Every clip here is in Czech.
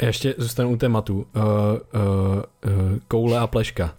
Ještě zůstanu u tématu. Koule a pleška.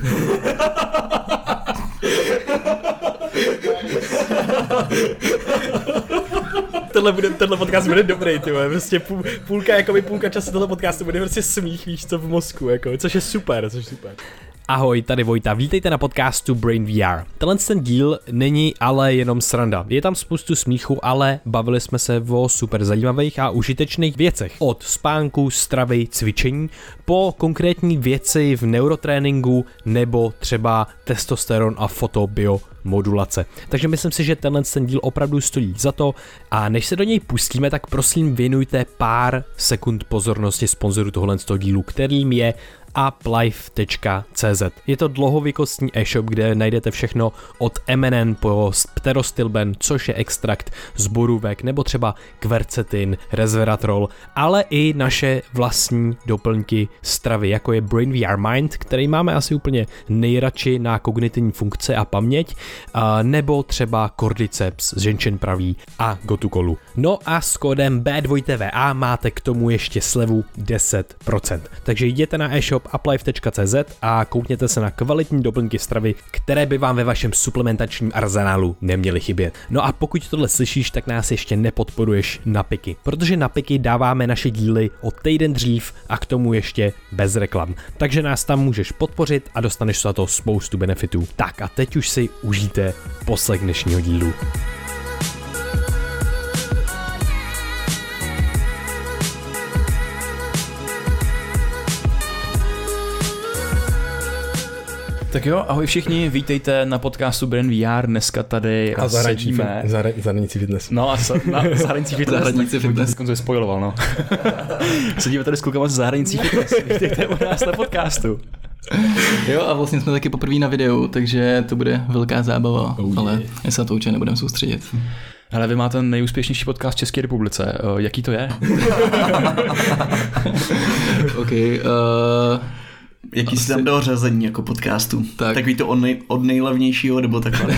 Tenhle podcast bude dobrý, ty vole. Prostě půlka času tohle podcastu bude prostě smích, víš co, v mozku, jako, což je super. Ahoj, tady Vojta, vítejte na podcastu Brain VR. Ten díl není ale jenom sranda. Je tam spoustu smíchu, ale bavili jsme se o super zajímavých a užitečných věcech. Od spánku, stravy, cvičení, po konkrétní věci v neurotréninku nebo třeba testosteron a fotobiomodulace. Takže myslím si, že ten díl opravdu stojí za to a než se do něj pustíme, tak prosím věnujte pár sekund pozornosti sponzoru tohle dílu, kterým je uplife.cz. Je to dlouhovýkostní e-shop, kde najdete všechno od MNN po pterostilben, což je extrakt z borůvek, nebo třeba kvercetin, resveratrol, ale i naše vlastní doplňky stravy, jako je Brain VR Mind, který máme asi úplně nejradši na kognitivní funkce a paměť, nebo třeba Cordyceps, ženšen pravý a Gotukolu. No a s kódem B2TVA máte k tomu ještě slevu 10%. Takže jděte na e-shop uplife.cz a koukněte se na kvalitní doplňky stravy, které by vám ve vašem suplementačním arzenálu neměly chybět. No a pokud tohle slyšíš, tak nás ještě nepodporuješ na Piky, protože na Piky dáváme naše díly o týden dřív a k tomu ještě bez reklam. Takže nás tam můžeš podpořit a dostaneš za to spoustu benefitů. Tak a teď už si užijte poslech dnešního dílu. Tak jo, ahoj všichni, vítejte na podcastu Brain VR, dneska tady a zahraničí fitness. No a zahraničí fitness, konce spoiloval, no. Sedíme tady s klukama z zahraničí fitness, vítejte u nás na podcastu. Jo a vlastně jsme taky poprvé na videu, takže to bude velká zábava, ale my se na to určitě nebudeme soustředit. Hele, vy máte nejúspěšnější podcast v České republice, jaký to je? Jaký si tam dal řazení jako podcastu? Tak ví to od nejlevnějšího nebo takhle?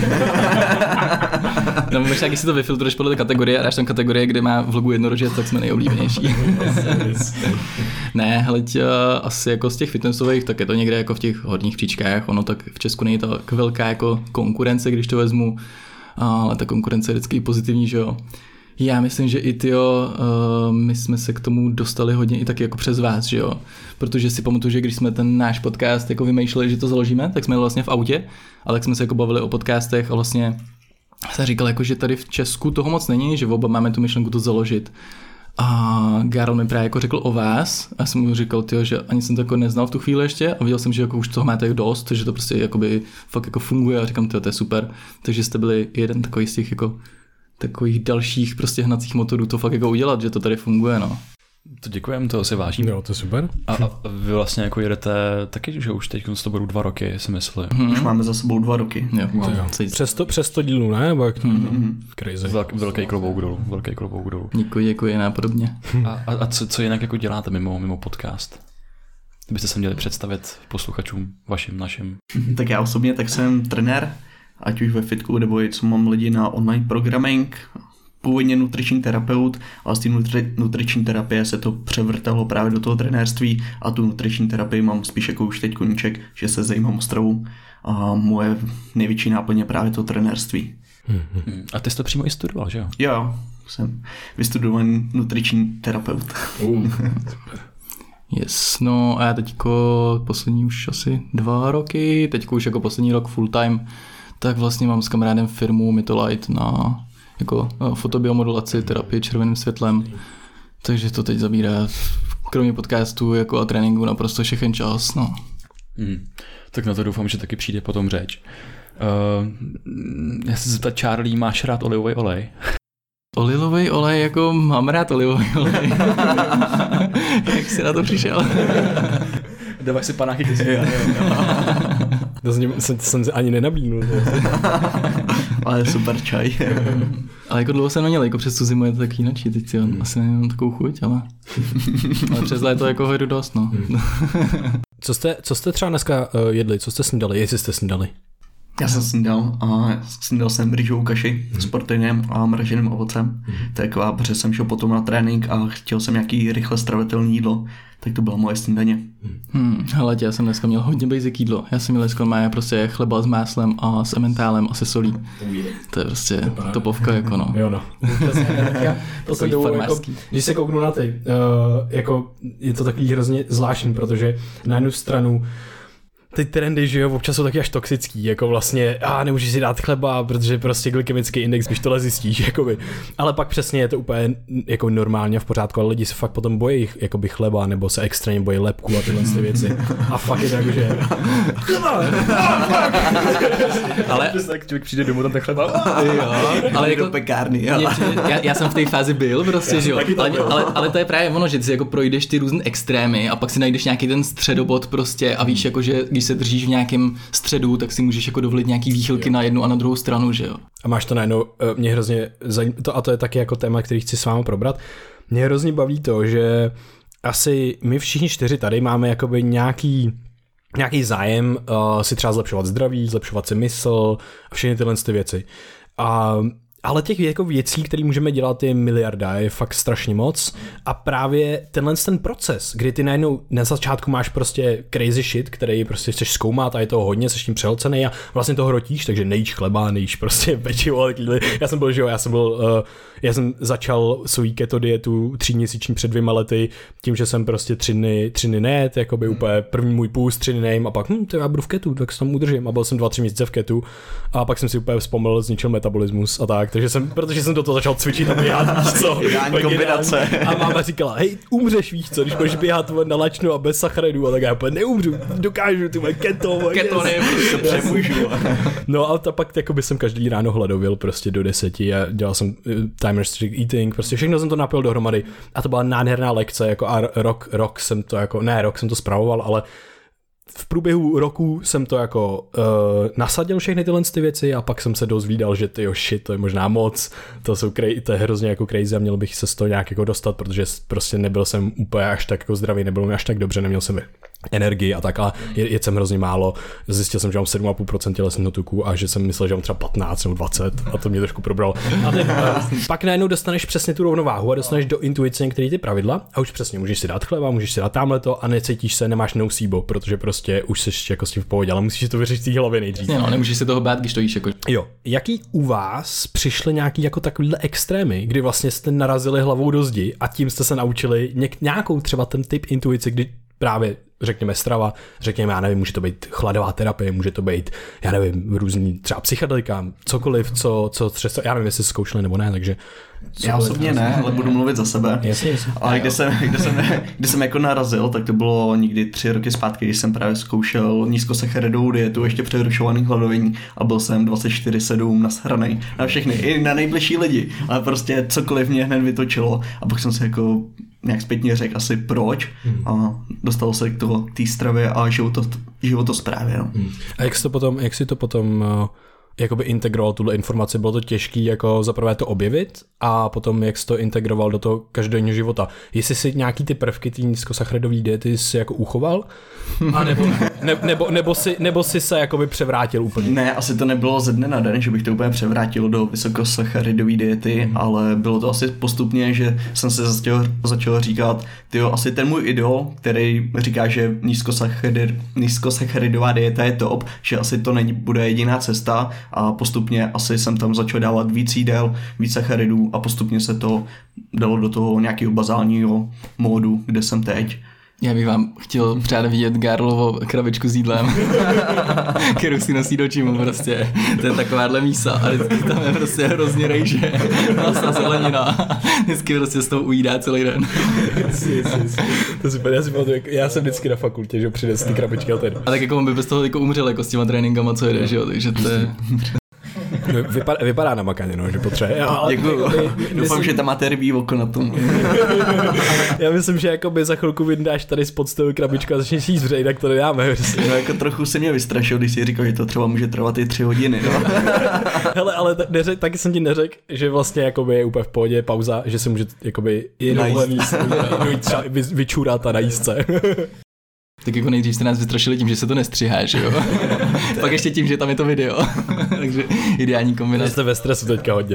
No možná, když si to vyfiltruješ podle té kategorie a dáš tam kategorie, kde má vlogu jednorožec, tak jsme nejoblíbenější. Ne, hele, asi jako z těch fitnessových, tak je to někde jako v těch horních příčkách, ono tak v Česku není tak velká jako konkurence, když to vezmu, ale ta konkurence je vždycky pozitivní, že jo. Já myslím, že i my jsme se k tomu dostali hodně i taky jako přes vás, že jo. Protože si pamatuju, že když jsme ten náš podcast jako vymýšleli, že to založíme, tak jsme vlastně v autě, ale tak jsme se jako bavili o podcastech a vlastně se říkal jako, že tady v Česku toho moc není, že oba máme tu myšlenku to založit. A Garl mi právě jako řekl o vás a jsem mu říkal, že ani jsem to jako neznal v tu chvíli ještě a viděl jsem, že jako už toho máte dost, že to prostě jakoby fakt jako funguje a říkám, to je super. Takže jste byli jeden takový z těch jako takových dalších prostě hnacích motorů to fakt jako udělat, že to tady funguje, no. To děkujem, to si vážím. Jo, to je super. A vy vlastně jako jedete taky, že už teď to budou 2 roky, si mysleli. Už máme za sebou 2 roky. Jo. Přes to dílů, ne? Crazy. Velký klobouk dolů. Děkuji, napodobně. A co jinak jako děláte mimo podcast? Kdybyste se měli představit posluchačům vašim, našim. Tak já osobně tak jsem trenér, ať už ve fitku, nebo i co mám lidi na online programming, původně nutriční terapeut, ale z té nutriční terapie se to převrtalo právě do toho trenérství a tu nutriční terapii mám spíš jako už teď koníček, že se zajímám o stravu a moje největší náplň je právě to trenérství. A ty jsi to přímo i studoval, že jo? Jo, jsem vystudovaný nutriční terapeut. Yes, no a já teďko poslední už asi 2 roky, teďko už jako poslední rok full time, tak vlastně mám s kamarádem firmu Mytolight na jako fotobiomodulaci, terapii červeným světlem, takže to teď zabírá kromě podcastu jako a tréninku naprosto všechen čas, no. Tak na to doufám, že taky přijde potom řeč. Já se zeptat, Charlie, máš rád olivový olej? Olivový olej, jako mám rád olivový olej. Jak jsi na to přišel? Dávaj si panáky, ty si. To jsem se ani nenabídnul. Ale super čaj. Ale jako dlouho jsem neměl, jako přes tu zimu je to taky jinačí, teď si asi nemám takovou chuť, ale přes léto jako hodu dost, no. Co jste třeba dneska jedli, co jste snídali, jestli jste snídali? Já jsem snídal jsem rýžovou kaši s proteinem a mraženým ovocem. To je taková, protože jsem šel potom na trénink a chtěl jsem nějaký rychle stravitelné jídlo, tak to bylo moje snídaně. Hele, já jsem dneska měl hodně basic jídlo. Já jsem měl dneska prostě chleba s máslem a s emmentálem a se solí. To je prostě topovka, jako no. Jo no. Jako, když se kouknu na ty, jako je to takový hrozně zvláštní, protože na jednu stranu ty trendy, že jo, občas jsou taky až toxický, jako vlastně, nemůžeš si dát chleba, protože prostě glykemický index, když tohle zjistíš, jakoby. Ale pak přesně je to úplně jako normálně v pořádku, ale lidi se fakt potom bojí jakoby chleba, nebo se extrémně bojí lepku a tyhle ty věci. A fakt je tak, že ale tak člověk přijde domů, tam ten chleba. Ale jako do pekárny, jo. Já jsem v té fázi byl prostě, že jo. Ale to je právě ono, že ty jako projdeš ty různé extrémy a pak si najdeš nějaký ten středobod prostě a víš jako, že když se držíš v nějakém středu, tak si můžeš jako dovolit nějaký výchylky na jednu a na druhou stranu, že jo. A máš to najednou, mě hrozně a to je taky jako téma, který chci s vámi probrat. Mě hrozně baví to, že asi my všichni 4 tady máme jakoby nějaký zájem si třeba zlepšovat zdraví, zlepšovat si mysl a všechny tyhle ty věci. Ale těch jako věcí, které můžeme dělat, je miliarda, je fakt strašně moc. A právě ten proces, kdy ty najednou na začátku máš prostě crazy shit, který prostě chceš zkoumat a je toho hodně, seš tím přehlcenej a vlastně to hrotíš, takže nejíš chleba, nejíš prostě pečivo. Já jsem začal svou keto dietu 3měsíční před 2 lety, tím, že jsem prostě 3 dny nejet, jakoby úplně první můj půst, 3 dny nejím a pak to já budu v ketu, tak se tam udržím a byl jsem 2-3 měsíce v ketu a pak jsem si úplně vzpomněl, zničil metabolismus a tak, protože jsem do toho začal cvičit a běhat, víš co. Kombinace. A máma říkala, hej, umřeš, víš co, když budeš běhat na lačno a bez sacharidů a tak já úplně neumřu, dokážu, ty moje keto to přemůžu. No a pak jakoby jsem každý ráno hladověl prostě do 10 a dělal jsem time restricted eating, prostě všechno jsem to napil dohromady a to byla nádherná lekce, jako a rok jsem to spravoval, ale v průběhu roku jsem to jako nasadil všechny tyhle věci a pak jsem se dozvídal, že to je možná moc, to je hrozně jako crazy a měl bych se z toho nějak jako dostat, protože prostě nebyl jsem úplně až tak jako zdravý, nebylo mi až tak dobře, neměl jsem energii a tak, ale jedl jsem hrozně málo, zjistil jsem, že mám 7,5% tělesného tuku a že jsem myslel, že mám třeba 15 nebo 20 a to mě trošku probral. A pak najednou dostaneš přesně tu rovnováhu a dostaneš do intuice některé ty pravidla a už přesně můžeš si dát chleba, můžeš si dát tamhleto a necítíš se, nemáš nocebo, protože prostě už jsi jako s tím v pohodě, ale musíš si to vyřešit v té hlavě nejdřív. No, nemůžeš si toho bát, když to jíš jako. Jo. Jaký u vás přišly nějaký jako takovýhle extrémy, kdy vlastně jste narazili hlavou do zdi a tím jste se naučili nějakou třeba ten typ intuice, kdy právě řekněme strava, řekněme, já nevím, může to být chladová terapie, může to být, já nevím, různý třeba psychedelika, cokoliv, co třeba, já nevím, jestli zkoušeli nebo ne, takže já osobně ne, ale budu mluvit za sebe. Jasně. Ale kde jsem jako narazil, tak to bylo někdy 3 roky zpátky, když jsem právě zkoušel nízkosacharidovou dietu, ještě přerušovaný hladovění a byl jsem 24/7 nasranej na všechny, i na nejbližší lidi, ale prostě cokoliv mě hned vytočilo a pak jsem si jako nějak zpětně řekl asi proč a dostal se k té stravě a životosprávě. No. A jak si to potom jakoby integroval tuhle informaci, bylo to těžký jako zaprvé to objevit a potom jak jsi to integroval do toho každodenního života. Jestli si nějaký ty prvky té nízkosacharidové diety si jako uchoval? A nebo si se jakoby převrátil úplně? Ne, asi to nebylo ze dne na den, že bych to úplně převrátil do vysokosacharidové diety, ale bylo to asi postupně, že jsem se začal říkat, asi ten můj idol, který říká, že nízkosacharidová dieta je top, že asi to bude jediná cesta a postupně asi jsem tam začal dávat víc jídel, víc sacharidů a postupně se to dalo do toho nějakého bazálního módu, kde jsem teď. Já bych vám chtěl přát vidět Garlovo krabičku s jídlem, kterou si nosí do čímu prostě. To je takováhle mísa a vždycky tam je prostě hrozně rejže, masa, zelenina. Vždycky prostě z toho ujídá celý den. To super, já jsem vždycky na fakultě, že přines ty krabičky a ten. A tak jako on by bez toho jako umřel jako s těma tréninkama, co jede, že jo, takže to je... Vypadá na makaně, no, že potřebuje. Děkuju. Doufám, že tam máte rybí oko na tom. Já myslím, že jakoby za chvilku vyndáš tady spod stolu krabičku a začneš jíst vřej, tak to nedáme. No, jako trochu se mě vystrašil, když si říkal, že to třeba může trvat i 3 hodiny. No. Hele, ale taky jsem ti neřekl, že vlastně jakoby je úplně v pohodě pauza, že se může jakoby jenom vyčůrat a najíst se. Tak jako nejdřív jste nás vystrašili tím, že se to nestřihá, že jo? Pak ještě tím, že tam je to video. Takže ideální kombinace. Jste ve stresu teďka hodně.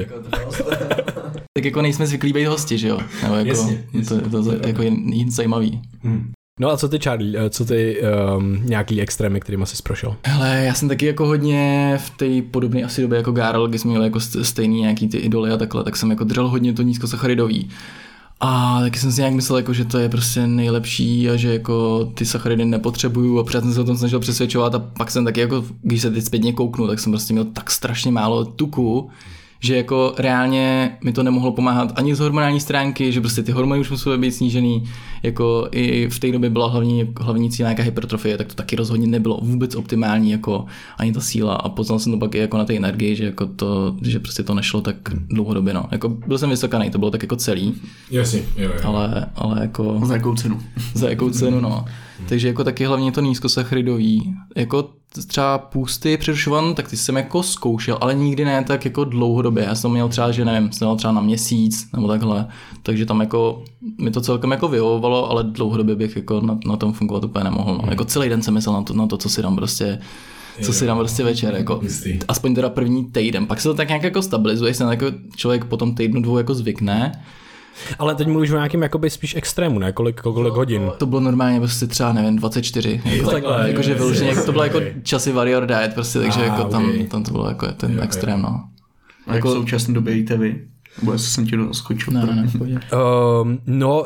Tak jako nejsme zvyklí být hosti, že jo? Nebo jako, jasně. To jako je zajímavý. No a co ty, Charlie, co ty nějaký extrémy, kterým jsi prošel? Hele, já jsem taky jako hodně v té podobné asi době jako Gárl, kdy jsme měli jako stejný nějaký ty idoly a takhle, tak jsem jako držel hodně to nízkosacharidový. A taky jsem si nějak myslel, jako, že to je prostě nejlepší a že jako ty sacharidy nepotřebuju a pořád jsem se o tom snažil přesvědčovat a pak jsem taky jako, když se teď zpětně kouknu, tak jsem prostě měl tak strašně málo tuku, že jako reálně mi to nemohlo pomáhat ani z hormonální stránky, že prostě ty hormony už musely být snížený, jako i v té době byla hlavní cíl nějaká hypertrofie, tak to taky rozhodně nebylo vůbec optimální, jako ani ta síla a poznal jsem to pak i jako na té energii, že jako to, že prostě to nešlo tak dlouhodobě, no. Jako byl jsem vysokaný, to bylo tak jako celý. Jasně, jo. Ale jako... Za jakou cenu? Za jakou cenu, no. Takže jako taky hlavně to nízkosacharidový. Jako třeba půsty přerušovan, tak ty jsem jako zkoušel, ale nikdy ne tak jako dlouhodobě. Já jsem měl třeba, že nevím, jsem měl třeba na měsíc nebo takhle. Takže tam jako mi to celkem jako vyhovovalo, ale dlouhodobě bych jako na tom fungovat úplně nemohl. No. Jako celý den jsem myslel na to, co si dám prostě večer, jako aspoň teda první týden. Pak se to tak nějak jako stabilizuje, se jako člověk po tom týdnu 2 jako zvykne. Ale teď mluvíš o nějakým jakoby spíš extrému, ne? Kolik hodin? To bylo normálně prostě třeba, nevím, 24. Jakože vyloženě, to bylo jako časy warrior diet prostě, takže jako tam to bylo jako ten extrém, no. A jako v současné době jíte vy? Bo jestli jsem ti doskočil. Ne, no,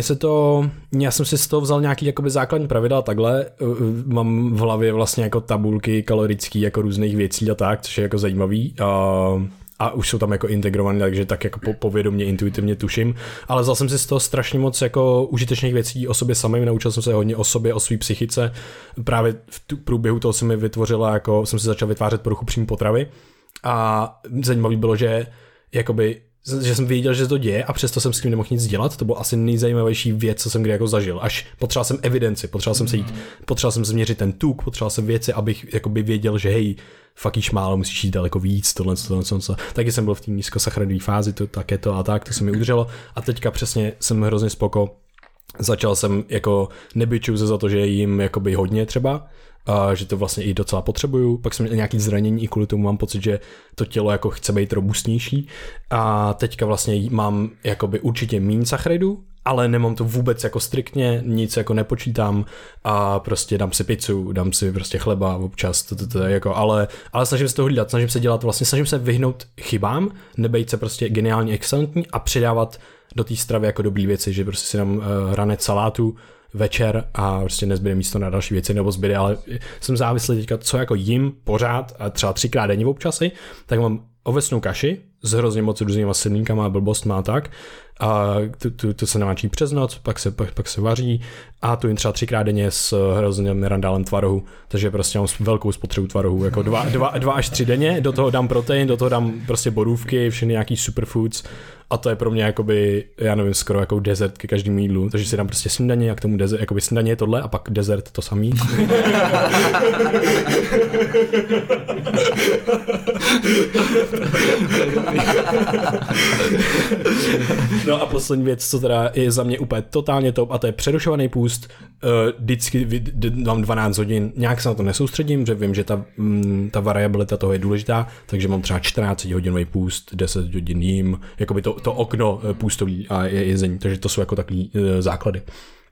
já jsem si z toho vzal nějaký jakoby základní pravidla takhle, mám v hlavě vlastně jako tabulky kalorický jako různých věcí a tak, což je jako zajímavý. A už jsou tam jako integrované, takže tak jako povědomě, intuitivně tuším. Ale vzal jsem si z toho strašně moc jako užitečných věcí o sobě samým, naučil jsem se hodně o sobě, o své psychice. Právě v průběhu toho se mi vytvořila, jako jsem si začal vytvářet poruchu příjmu potravy. A zajímavý bylo, že jsem věděl, že se to děje a přesto jsem s tím nemohl nic dělat. To bylo asi nejzajímavější věc, co jsem kdy jako zažil. Až potřeboval jsem evidenci, potřeboval jsem změřit ten tuk, potřeboval jsem věci, abych jakoby věděl, že hej, fakt jíš málo, musíš jít daleko víc, tohle. Taky jsem byl v té nízkosacharidové fázi, to se mi udrželo. A teďka přesně jsem hrozně začal jsem jako nebyčuju se za to, že jím jakoby hodně třeba, a že to vlastně i docela potřebuju, pak jsem měl nějaký zranění i kvůli tomu mám pocit, že to tělo jako chce být robustnější a teďka vlastně mám jakoby určitě míň sacharidů, ale nemám to vůbec jako striktně, nic jako nepočítám a prostě dám si pizzu, dám si prostě chleba občas, jako, ale snažím se to hlídat, snažím se vyhnout chybám, nebejt se prostě geniálně excelentní a přidávat do té stravy jako dobrý věci, že prostě si dám hranec salátu večer a prostě nezbyde místo na další věci nebo zbyde, ale jsem závislý teďka, co jako jim pořád a třeba 3krát denně občasy, tak mám ovesnou kaši s hrozně moc různýma srníkama a blbostma a tak a tu se namáčí přes noc, pak se vaří a tu jim třeba 3krát denně s hrozným randálem tvarohu, takže prostě mám velkou spotřebu tvarohu, jako 2 až 3 denně, do toho dám protein, do toho dám prostě borůvky, všechny nějaký superfoods a to je pro mě jakoby, já nevím, skoro jako dezert ke každému jídlu, takže si dám prostě snídaně a k tomu dezert, jakoby snídaně je tohle a pak dezert to samý. No a poslední věc, co teda je za mě úplně totálně top a to je přerušovaný půst, vždycky mám 12 hodin, nějak se na to nesoustředím, že vím, že ta variabilita toho je důležitá, takže mám třeba 14 hodinový půst, 10 hodin jím, jakoby to okno půstový a jezení, takže to jsou jako takový základy.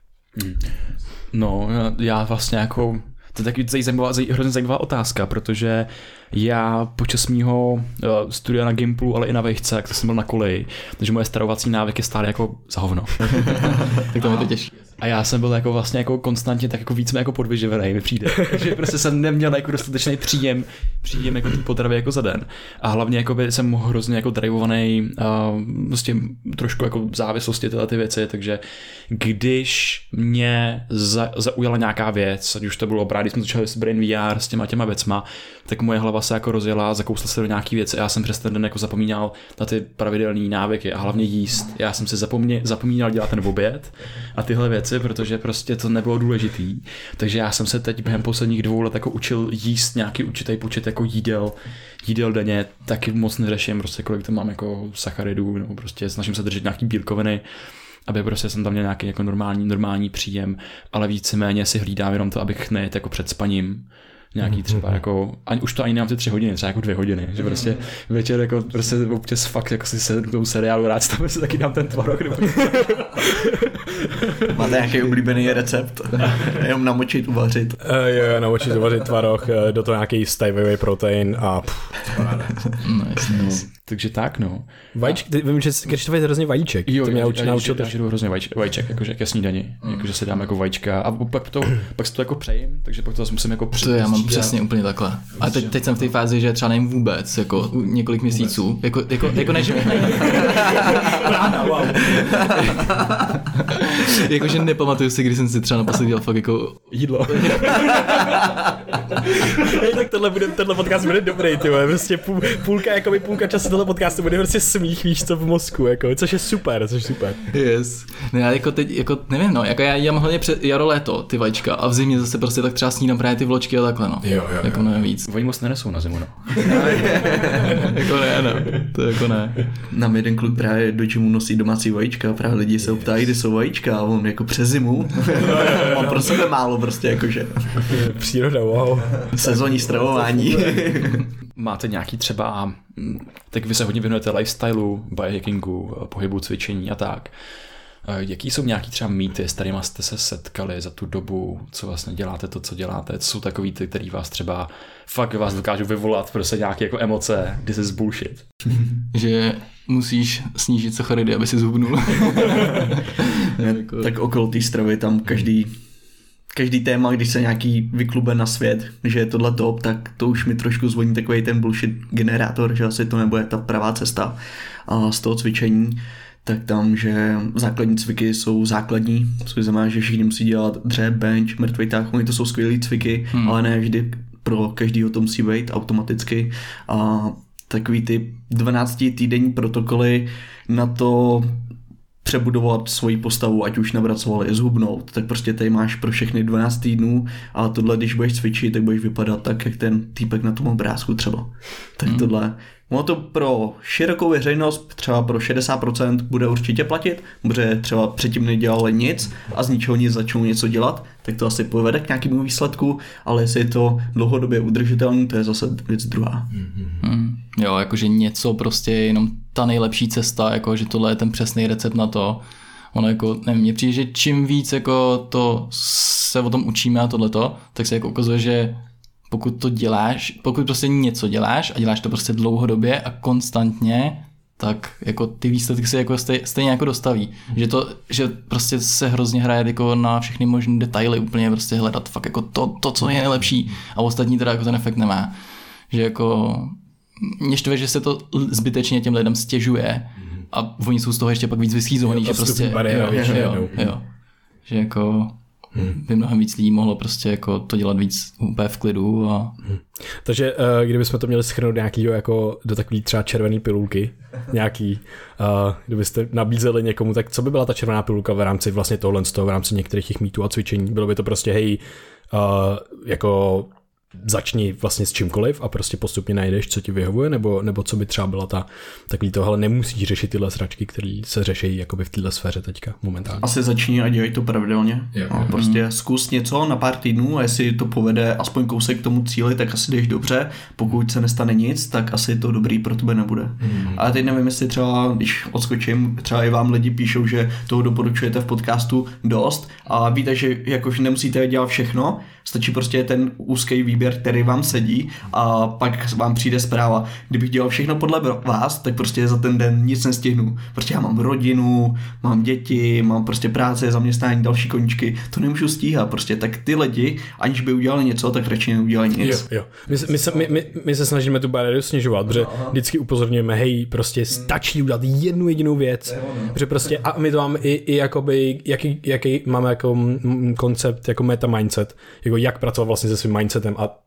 No, já vlastně jako, to je taky hrozně zajímavá otázka, protože já počas mýho studia na Gimplu, ale i na vejšce, jak to jsem byl na koleji, takže moje stravovací návyky stály jako za hovno. Tak to mi to těší. A já jsem byl jako vlastně jako konstantně tak jako víc jako podvyživený, mi přijde. Takže prostě jsem neměl jako dostatečný příjem jako té potravy jako za den. A hlavně jako jsem hrozně jako drivovaný prostě trošku jako v závislosti tyhle ty věci, takže když mě zaujala nějaká věc, ať už to bylo právě, když jsme začali s Brain VR, s těma věcma, tak moje hlava se jako rozjela, zakousla se do nějaký věci a já jsem přes ten den jako zapomínal na ty pravidelné návyky a hlavně jíst. Já jsem si zapomínal dělat ten oběd a tyhle věci, protože prostě to nebylo důležitý. Takže já jsem se teď během posledních 2 let jako učil jíst nějaký určitý počet jako jídel denně, taky moc neřeším prostě kolik to mám jako sacharidů, nebo prostě snažím se držet nějaký bílkoviny. aby prostě jsem tam měl nějaký jako normální příjem, ale víceméně si hlídám jenom to, abych nejet jako před spaním. Nějaký třeba jako, už to ani nemám ty 3 hodiny, třeba jako 2 hodiny, že prostě večer jako prostě občas fakt jako si sednu k tomu seriálu, rád tam si taky dám ten tvaroh. Máte nějaký oblíbený recept? Jenom namočit, uvařit. Jo, namočit, uvařit tvaroh, do toho nějaký stevia protein a Nice. Takže tak, no. Vajíčky, vím, že Krištof je hrozně vajíček. Jo, to mě naučil takže jdu hrozně vajíček, jakože ke snídani. Jakože si dám jako vajíčka a pak si to jako přejím, takže pak to zase musím jako To já mám přesně úplně takhle. A teď jsem v té fázi, že třeba nevím vůbec, jako několik měsíců. Jako než jakože nepamatuju si, když jsem si třeba naposledy dělal fakt jako jídlo. Tak tenhle podcast bude dobrý, ty vole. Prostě půlka času tohle podcastu bude prostě smích, víš co, v mozku, jako, což je super. Yes. No já jako teď, jako nevím, no, jako já jídám hlavně před jaro léto, ty vajíčka, a v zimě zase prostě tak třeba snídám právě ty vločky a takhle, no. Jo. Jako nevím víc. Oni moc nenesou na zimu, no. Jako ne, no. To jako ne. Nám jeden kluk právě do gymu nosí domácí vajíčka a právě lidi se ptají, kde jsou vajíčka a on jako přes zimu. Mám pro sebe málo prostě, jakože. Příroda, wow. Sezónní stravování. Máte nějaký třeba, tak vy se hodně věnujete lifestyleu, biohackingu, pohybu, cvičení a tak. Jaký jsou nějaký třeba mýty, s kterýma jste se setkali za tu dobu, co vlastně děláte to, co děláte? Co jsou takový ty, který vás třeba fakt vás dokážou vyvolat prostě nějaké jako emoce, this is bullshit. Že musíš snížit sacharidy, aby si zhubnul. Tak okolo té stravy tam každý téma, když se nějaký vyklube na svět, že je tohle top, tak to už mi trošku zvoní takový ten bullshit generátor, že asi to nebude ta pravá cesta. A z toho cvičení, tak tam, že základní cviky jsou základní, což znamená, že všichni musí dělat dřep, bench, mrtvý tah, oni to jsou skvělý cviky, ale ne vždy pro každýho to musí být automaticky. A takový ty 12-týdenní protokoly na to přebudovat svoji postavu, ať už nabracovali, zhubnout, tak prostě tady máš pro všechny 12 týdnů a tohle, když budeš cvičit, tak budeš vypadat tak, jak ten týpek na tom obrázku třeba. Tak tohle. Ono to pro širokou veřejnost, třeba pro 60% bude určitě platit, protože třeba předtím nedělali nic a z ničeho nic začnou něco dělat, tak to asi povede k nějakému výsledku, ale jestli je to dlouhodobě udržitelný, to je zase věc druhá. Jo, jakože něco prostě je jenom ta nejlepší cesta, jako že tohle je ten přesný recept na to. Ono jako, nevím, mně přijde, že čím víc jako to se o tom učíme a tohleto, tak se jako ukazuje, že pokud to děláš, pokud prostě něco děláš a děláš to prostě dlouhodobě a konstantně, tak jako ty výsledky se jako stejně jako dostaví. Že prostě se hrozně hraje jako na všechny možné detaily, úplně prostě hledat fakt jako to, co je nejlepší a ostatní teda jako ten efekt nemá. Že jako mě štve, že se to zbytečně těm lidem stěžuje a oni jsou z toho ještě pak víc vyschýzovaný, že prostě jo. Že jako by mnohem víc lidí mohlo prostě jako to dělat víc úplně v klidu. Takže kdybychom to měli shrnout nějakýho jako do takový třeba červený pilulky, nějaký, kdybyste nabízeli někomu, tak co by byla ta červená pilulka v rámci vlastně tohle z toho, v rámci některých těch mýtů a cvičení? Bylo by to prostě hej, jako začni vlastně s čímkoliv a prostě postupně najdeš, co ti vyhovuje, nebo co by třeba byla takový to, hele, nemusíš řešit tyhle sračky, které se řeší jakoby v téhle sféře teďka momentálně. Asi začni a dělej to pravidelně. Prostě zkus něco na pár týdnů a jestli to povede aspoň kousek k tomu cíli, tak asi jdeš dobře. Pokud se nestane nic, tak asi to dobrý pro tebe nebude. Ale teď nevím, jestli třeba, když odskočím, třeba i vám lidi píšou, že toho doporučujete v podcastu dost a víte, že jakož nemusíte dělat všechno, stačí prostě ten úzký výběr, který vám sedí a pak vám přijde zpráva. Kdybych dělal všechno podle vás, tak prostě za ten den nic nestihnu. Prostě já mám rodinu, mám děti, mám prostě práce, zaměstnání, další koníčky, to nemůžu stíhat. Prostě tak ty lidi, aniž by udělali něco, tak radši neudělají nic. Jo. My se snažíme tu bariéru snižovat, protože vždycky upozorňujeme, hej, prostě stačí udělat jednu jedinou věc. Protože prostě, a my to máme i jakoby, jaký máme jako koncept, jako meta mindset, jako jak pracovat vlastně se svým mindsetem a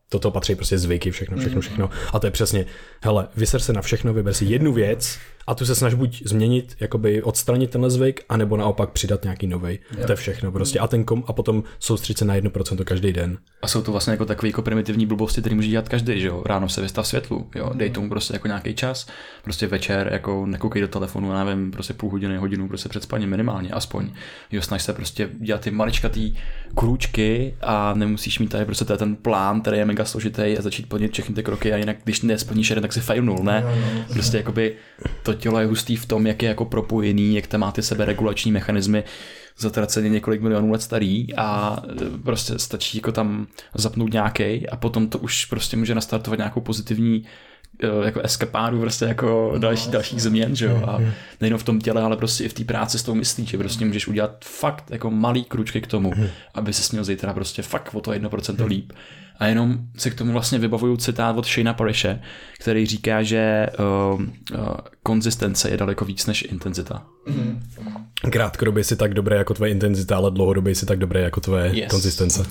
toto patří prostě zvyky, všechno. A to je přesně, hele, vyser se na všechno, vyber si jednu věc a tu se snaž buď změnit, jakoby odstranit tenhle zvyk, anebo naopak přidat nějaký novej. To je všechno prostě. A potom soustředit se na 1% každý den. A jsou to vlastně jako takový jako primitivní blbosti, který může dělat každý, že jo? Ráno se vystav světlu, jo? Dej tomu prostě jako nějaký čas, prostě večer jako nekoukej do telefonu, nevím, prostě půl hodiny, hodinu prostě před spaním minimálně aspoň. Jo, snaž se prostě dělat ty maličkatý krůčky a nemusíš mít tady prostě ten plán, který je mega složitý a začít plnit všechny ty kroky a jinak když nesplníš jeden, tak si failnul, ne? Prostě jakoby to tělo je hustý v tom, jak je jako propojený, jak tam má ty seberegulační mechanismy zatraceně několik milionů let starý a prostě stačí jako tam zapnout nějaký a potom to už prostě může nastartovat nějakou pozitivní jako eskapádu prostě jako dalších změn, že jo, a nejenom v tom těle, ale prostě i v té práci s tou myslí, že prostě můžeš udělat fakt jako malý kručky k tomu, aby se směl zítra prostě fakt o to 1% líp. A jenom se k tomu vlastně vybavuju citát od Shayna Parishe, který říká, že konzistence je daleko víc než intenzita. Krátkodobě si tak dobré jako tvoje intenzita, ale dlouhodobě si tak dobré jako tvoje konzistence.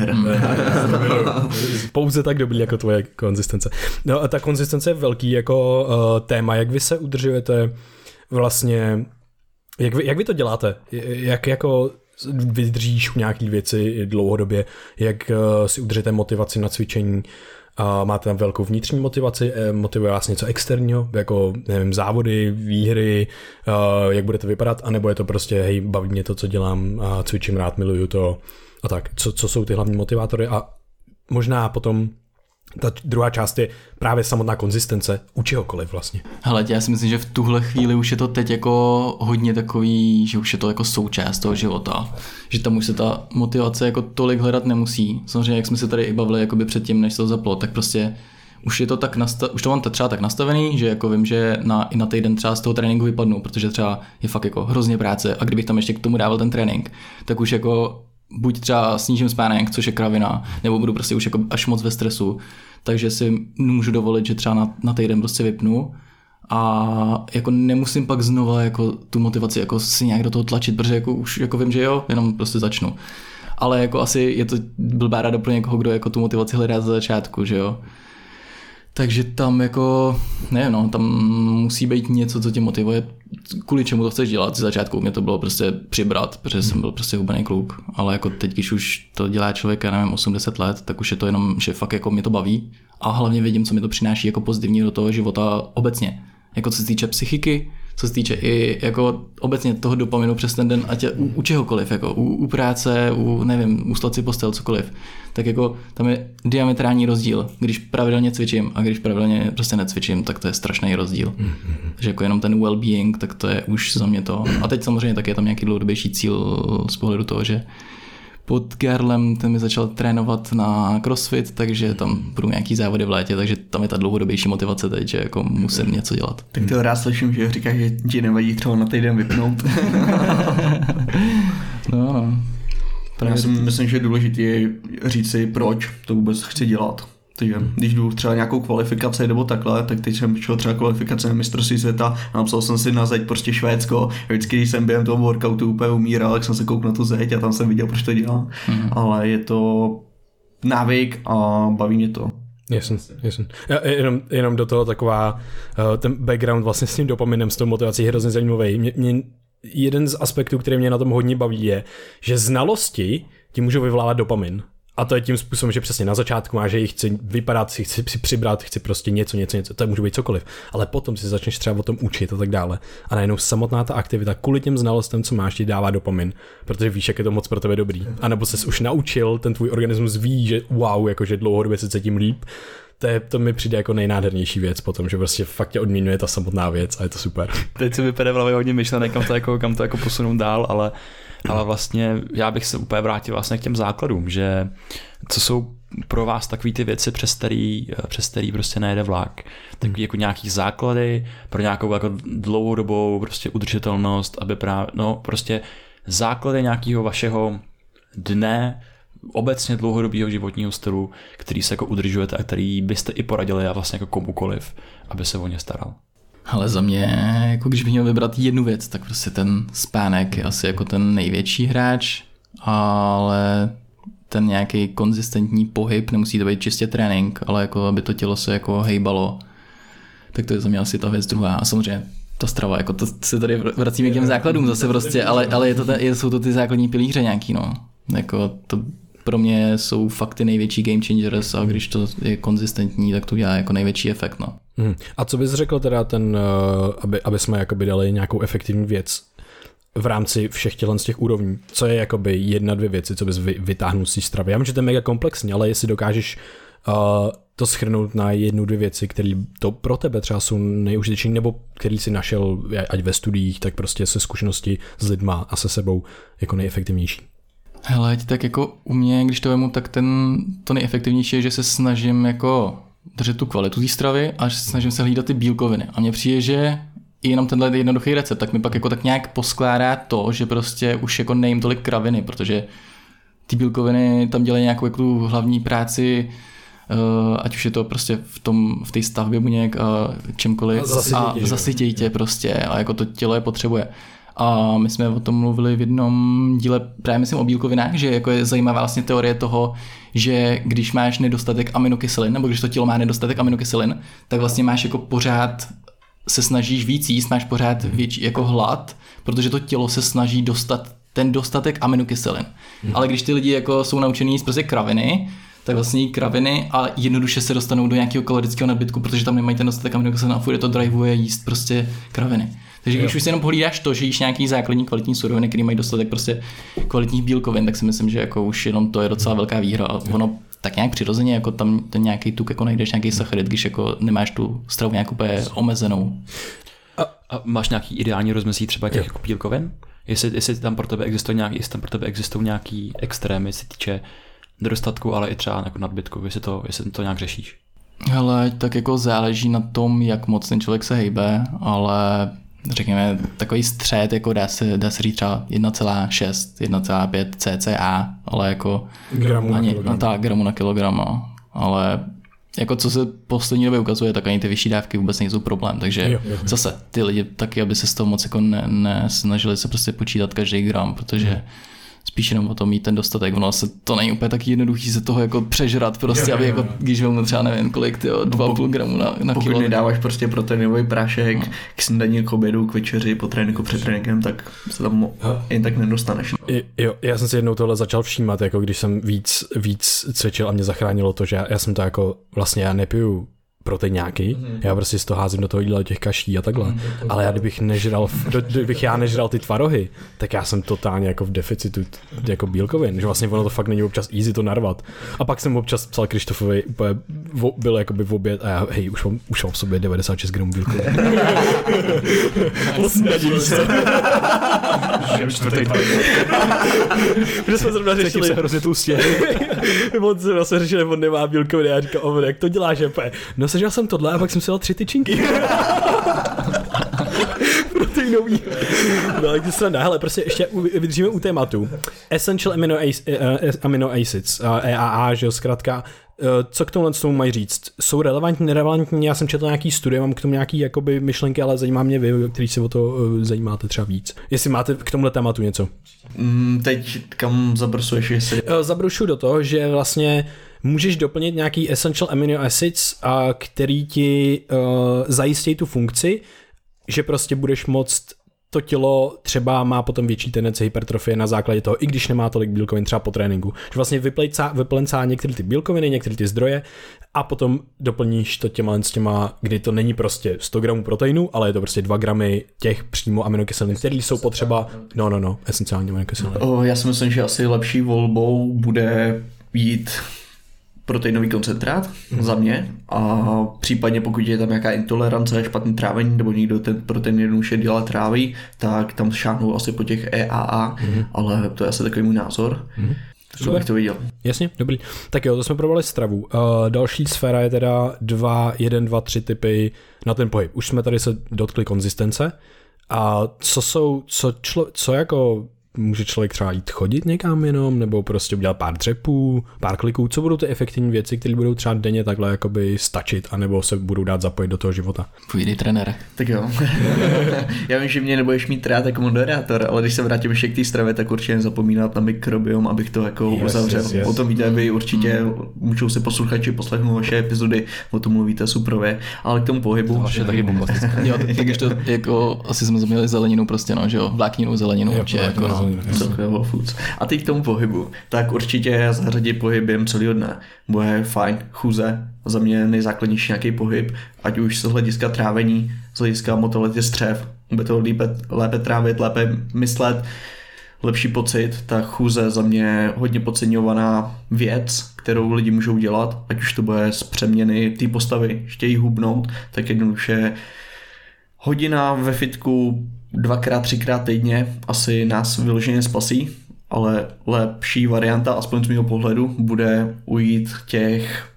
Pouze tak dobrý jako tvoje konzistence. No a ta konzistence je velký jako téma. Jak vy se udržujete vlastně, jak vy to děláte? Jak jako vydržíš u nějaký věci dlouhodobě? Jak si udržíte motivaci na cvičení? Máte tam velkou vnitřní motivaci? Motivuje vás něco externího? Jako, nevím, závody, výhry? Jak budete vypadat? A nebo je to prostě, hej, baví mě to, co dělám, cvičím rád, miluju to a tak. Co jsou ty hlavní motivátory? A možná potom ta druhá část je právě samotná konzistence u čehokoliv vlastně. Hele, já si myslím, že v tuhle chvíli už je to teď jako hodně takový, že už je to jako součást toho života. Že tam už se ta motivace jako tolik hledat nemusí. Samozřejmě, jak jsme se tady i bavili jakoby předtím, než se to zaplo, tak prostě už je to tak už to mám třeba tak nastavený, že jako vím, že i na týden třeba z toho tréninku vypadnu, protože třeba je fakt jako hrozně práce a kdybych tam ještě k tomu dával ten trénink, tak už jako buď třeba snížím spánek, což je kravina, nebo budu prostě už jako až moc ve stresu, takže si můžu dovolit, že třeba na týden prostě vypnu a jako nemusím pak znova jako tu motivaci jako si nějak do toho tlačit, protože jako už jako vím, že jo, jenom prostě začnu. Ale jako asi je to blbá rada pro někoho, kdo jako tu motivaci hledá za začátku, že jo. Takže tam jako, nevím, no, tam musí být něco, co tě motivuje, kvůli čemu to chceš dělat. Z začátku mě to bylo prostě přibrat, protože jsem byl prostě hubený kluk, ale jako teď, když už to dělá člověk, já nevím, 80 let, tak už je to jenom, že fakt jako mě to baví a hlavně vidím, co mi to přináší jako pozitivní do toho života obecně. Jako co se týče psychiky, co se týče i jako obecně toho dopaminu přes ten den, ať je u čehokoliv, jako u práce, nevím, ustat si postel, cokoliv, tak jako tam je diametrální rozdíl. Když pravidelně cvičím a když pravidelně prostě necvičím, tak to je strašný rozdíl. Takže jako jenom ten well-being, tak to je už za mě to. A teď samozřejmě taky je tam nějaký dlouhodobější cíl z pohledu toho, že pod Garlem ten mi začal trénovat na CrossFit, takže tam budou nějaký závody v létě, takže tam je ta dlouhodobější motivace teď, že jako musím něco dělat. Tak to rád slyším, že říkáš, že ti nevadí třeba na týden vypnout. No. Já si myslím, že je důležité říct si, proč to vůbec chci dělat. Takže když jdu třeba nějakou kvalifikaci nebo takhle, tak teď jsem šel třeba kvalifikace na mistrovství světa a napsal jsem si na zeď prostě Švédsko. Vždycky, když jsem během toho workoutu úplně umíral, tak jsem se koukl na tu zeď a tam jsem viděl, proč to dělám. Ale je to návyk a baví mě to. Jasně. Jenom do toho taková, ten background vlastně s tím dopaminem, s tou motivací je hrozně zajímavý. Mě jeden z aspektů, který mě na tom hodně baví, je, že znalosti ti můžou vyvolávat dopamin. A to je tím způsobem, že přesně na začátku máš, že chci vypadat, chci přibrat, chci prostě něco, to může být cokoliv. Ale potom si začneš třeba o tom učit a tak dále. A najednou samotná ta aktivita kvůli těm znalostem, co máš, ti dává dopamin, protože víš, jak je to moc pro tebe dobrý. A nebo ses už naučil, ten tvůj organismus ví, že wow, jakože dlouhodobě se cítím líp. To mi přijde jako nejnádhernější věc potom, že prostě fakt tě odměňuje ta samotná věc a je to super. Teď se vypadá v hlavě hodně myšlenek, kam to jako posunout dál, ale vlastně já bych se úplně vrátil vlastně k těm základům, že co jsou pro vás takový ty věci, přes který prostě nejede vlak. Takový jako nějaký základy pro nějakou jako dlouhodobou prostě udržitelnost, aby prostě základy nějakého vašeho dne, obecně dlouhodobého životního stylu, který se jako udržujete a který byste i poradili a vlastně jako komukoliv, aby se o ně staral. Ale za mě, jako když bych měl vybrat jednu věc, tak prostě ten spánek je asi jako ten největší hráč, ale ten nějaký konzistentní pohyb, nemusí to být čistě trénink, ale jako aby to tělo se jako hejbalo, tak to je za mě asi ta věc druhá. A samozřejmě ta strava, jako to se tady vracíme k těm základům zase prostě, ale jsou to ty základní pilíře nějaký, no. Jako to pro mě jsou fakt ty největší game changers a když to je konzistentní, tak to dělá jako největší efekt, no. A co bys řekl teda aby jsme jakoby dali nějakou efektivní věc v rámci všech z těch úrovní? Co je jakoby 1-2 věci, co bys vytáhnul z té stravy? Já vím, že to je mega komplexní, ale jestli dokážeš to shrnout na 1-2 věci, které to pro tebe třeba jsou nejužitečnější, nebo který si našel ať ve studiích, tak prostě se zkušenosti s lidma a se sebou jako nejefektivnější. Hele, tak jako u mě, když to vemu, tak to nejefektivnější je, že se snažím jako držet tu kvalitu té stravy a snažím se hlídat ty bílkoviny. A mně přijde, že i jenom tenhle jednoduchý recept, tak mi pak jako tak nějak poskládá to, že prostě už jako nejím tolik kraviny, protože ty bílkoviny tam dělají nějakou jako tu hlavní práci, ať už je to prostě v té stavbě buněk a čemkoliv a zasytějí tě prostě a jako to tělo je potřebuje. A my jsme o tom mluvili v jednom díle, právě myslím o bílkovinách, že jako je zajímavá vlastně teorie toho, že když máš nedostatek aminokyselin, nebo když to tělo má nedostatek aminokyselin, tak vlastně máš jako pořád se snažíš víc jíst, máš pořád větší jako hlad, protože to tělo se snaží dostat ten dostatek aminokyselin. Ale když ty lidi jako jsou naučený jíst prostě kraviny, tak vlastně jí kraviny a jednoduše se dostanou do nějakého kalorického nadbytku, protože tam nemají ten dostatek aminokyselin a furt to driveuje jíst prostě kraviny. Takže když už si jenom pohlídáš to, že jíš nějaký základní kvalitní suroviny, které mají dostatek prostě kvalitních bílkovin, tak si myslím, že jako už jenom to je docela velká výhra. A ono tak nějak přirozeně, jako tam ten nějaký tuk, jako najdeš nějaký sacharid, když jako nemáš tu stravu nějak úplně omezenou. A máš nějaký ideální rozmezí třeba těch jako bílkovin? Jestli tam pro tebe existují nějaký extrémy, se týče nedostatku, ale i třeba jako nadbytku, jestli to nějak řešíš? Hele, tak jako záleží na tom, jak moc ten člověk se hejbe, ale řekněme takový střed, jako dá se říct třeba 1,6, 1,5 cca, ale jako gramu na kilogram, no. Ale jako co se poslední době ukazuje, tak ani ty vyšší dávky vůbec nejsou problém, takže zase ty lidi taky, aby se z toho moc jako nesnažili se prostě počítat každý gram, protože spíš jenom o tom mít ten dostatek, ono se to není úplně tak jednoduchý se toho jako přežrat prostě, aby jako, když vezmu třeba nevím kolik, 2,5 gramu na kilo. Pokud nedáváš prostě proteinový prášek k snídani, k obědu, k večeři, po tréninku, před tréninkem, tak se tam jen tak nedostaneš. Jo, já jsem si jednou tohle začal všímat, jako když jsem víc cvičil a mě zachránilo to, že já jsem to jako, vlastně já nepiju proteiňáky, já prostě z toho házím do toho jídla, do těch kaší a takhle, ale já kdybych nežral ty tvarohy, tak já jsem totálně jako v deficitu jako bílkovin, že vlastně ono to fakt není občas easy to narvat. A pak jsem občas psal Krištofovi, úplně byl jakoby v oběd a já, hej, už mám v sobě 96 gramů bílkovin. Poslední se. Protože jsme zrovna řešili. se hrozně tlustě. On se vlastně řešil, on nemá bílkoviny a já říkal, jak to děláš, no sežral jsem tohle a pak jsem si dal 3 tyčinky. Proteinový. No, tak to se dá, hele, prostě ještě vydržíme u tématu. Essential Amino Acids, EAA, že jo, zkrátka. Co k tomu mají říct? Jsou relevantní, nerelevantní? Já jsem četl nějaký studie, mám k tomu nějaký jakoby myšlenky, ale zajímá mě vy, který se o to zajímáte třeba víc. Jestli máte k tomuhle tématu něco. Teď kam zabrsuješ, jestli? Zabrušu do toho, že vlastně můžeš doplnit nějaký essential amino acids, který ti zajistí tu funkci, že prostě budeš moct to tělo třeba má potom větší tendence hypertrofie na základě toho, i když nemá tolik bílkovin třeba po tréninku. Že vlastně vyplencá některé ty bílkoviny, některé ty zdroje a potom doplníš to těma, kdy to není prostě 100 gramů proteinu, ale je to prostě 2 gramy těch přímo aminokyselin, které jsou potřeba, esenciální aminokyseliny. Já si myslím, že asi lepší volbou bude jít proteinový koncentrát za mě a případně pokud je tam nějaká intolerance, špatný trávení nebo někdo ten protein jednoduše dělá tráví, tak tam šáhnou asi po těch EAA, ale to je asi takový můj názor. Co bych to viděl. Jasně, dobrý. Tak jo, to jsme probrali stravu. Další sféra je teda 1, 2, 3 typy na ten pohyb. Už jsme tady se dotkli konzistence. A co jako může člověk třeba jít chodit někam jenom, nebo prostě udělat pár dřepů, pár kliků, co budou ty efektivní věci, které budou třeba denně takhle jakoby stačit, anebo se budou dát zapojit do toho života. Půjde trenére. Tak jo. Já vím, že mě nebudeš mít rád jako moderátor, ale když se vrátím ještě k té stravě, tak určitě nezapomínat na mikrobiom, abych to jako uzavřel. O tom víte vy určitě, můžou si posluchači poslechnout vaše epizody, o tom mluvíte suprově, ale k tomu pohybu. To vaše taky bombastické. Jo, tak ještě jako asi jsme změnili zeleninu prostě, no, že jo, vlákninou zeleninu, určitě jako no. A teď k tomu pohybu. Tak určitě zařadit pohyb během celého dne. Bude fajn, chůze, za mě nejzákladnější nějaký pohyb, ať už z hlediska trávení, z hlediska motility střev, bude to lépe trávit, lépe myslet, lepší pocit, tak chůze za mě hodně podceňovaná věc, kterou lidi můžou dělat, ať už to bude z přeměny té postavy, chtějí hubnout, tak jednoduše hodina ve fitku 2x, 3x týdně asi nás vyloženě spasí, ale lepší varianta, aspoň z mého pohledu, bude ujít těch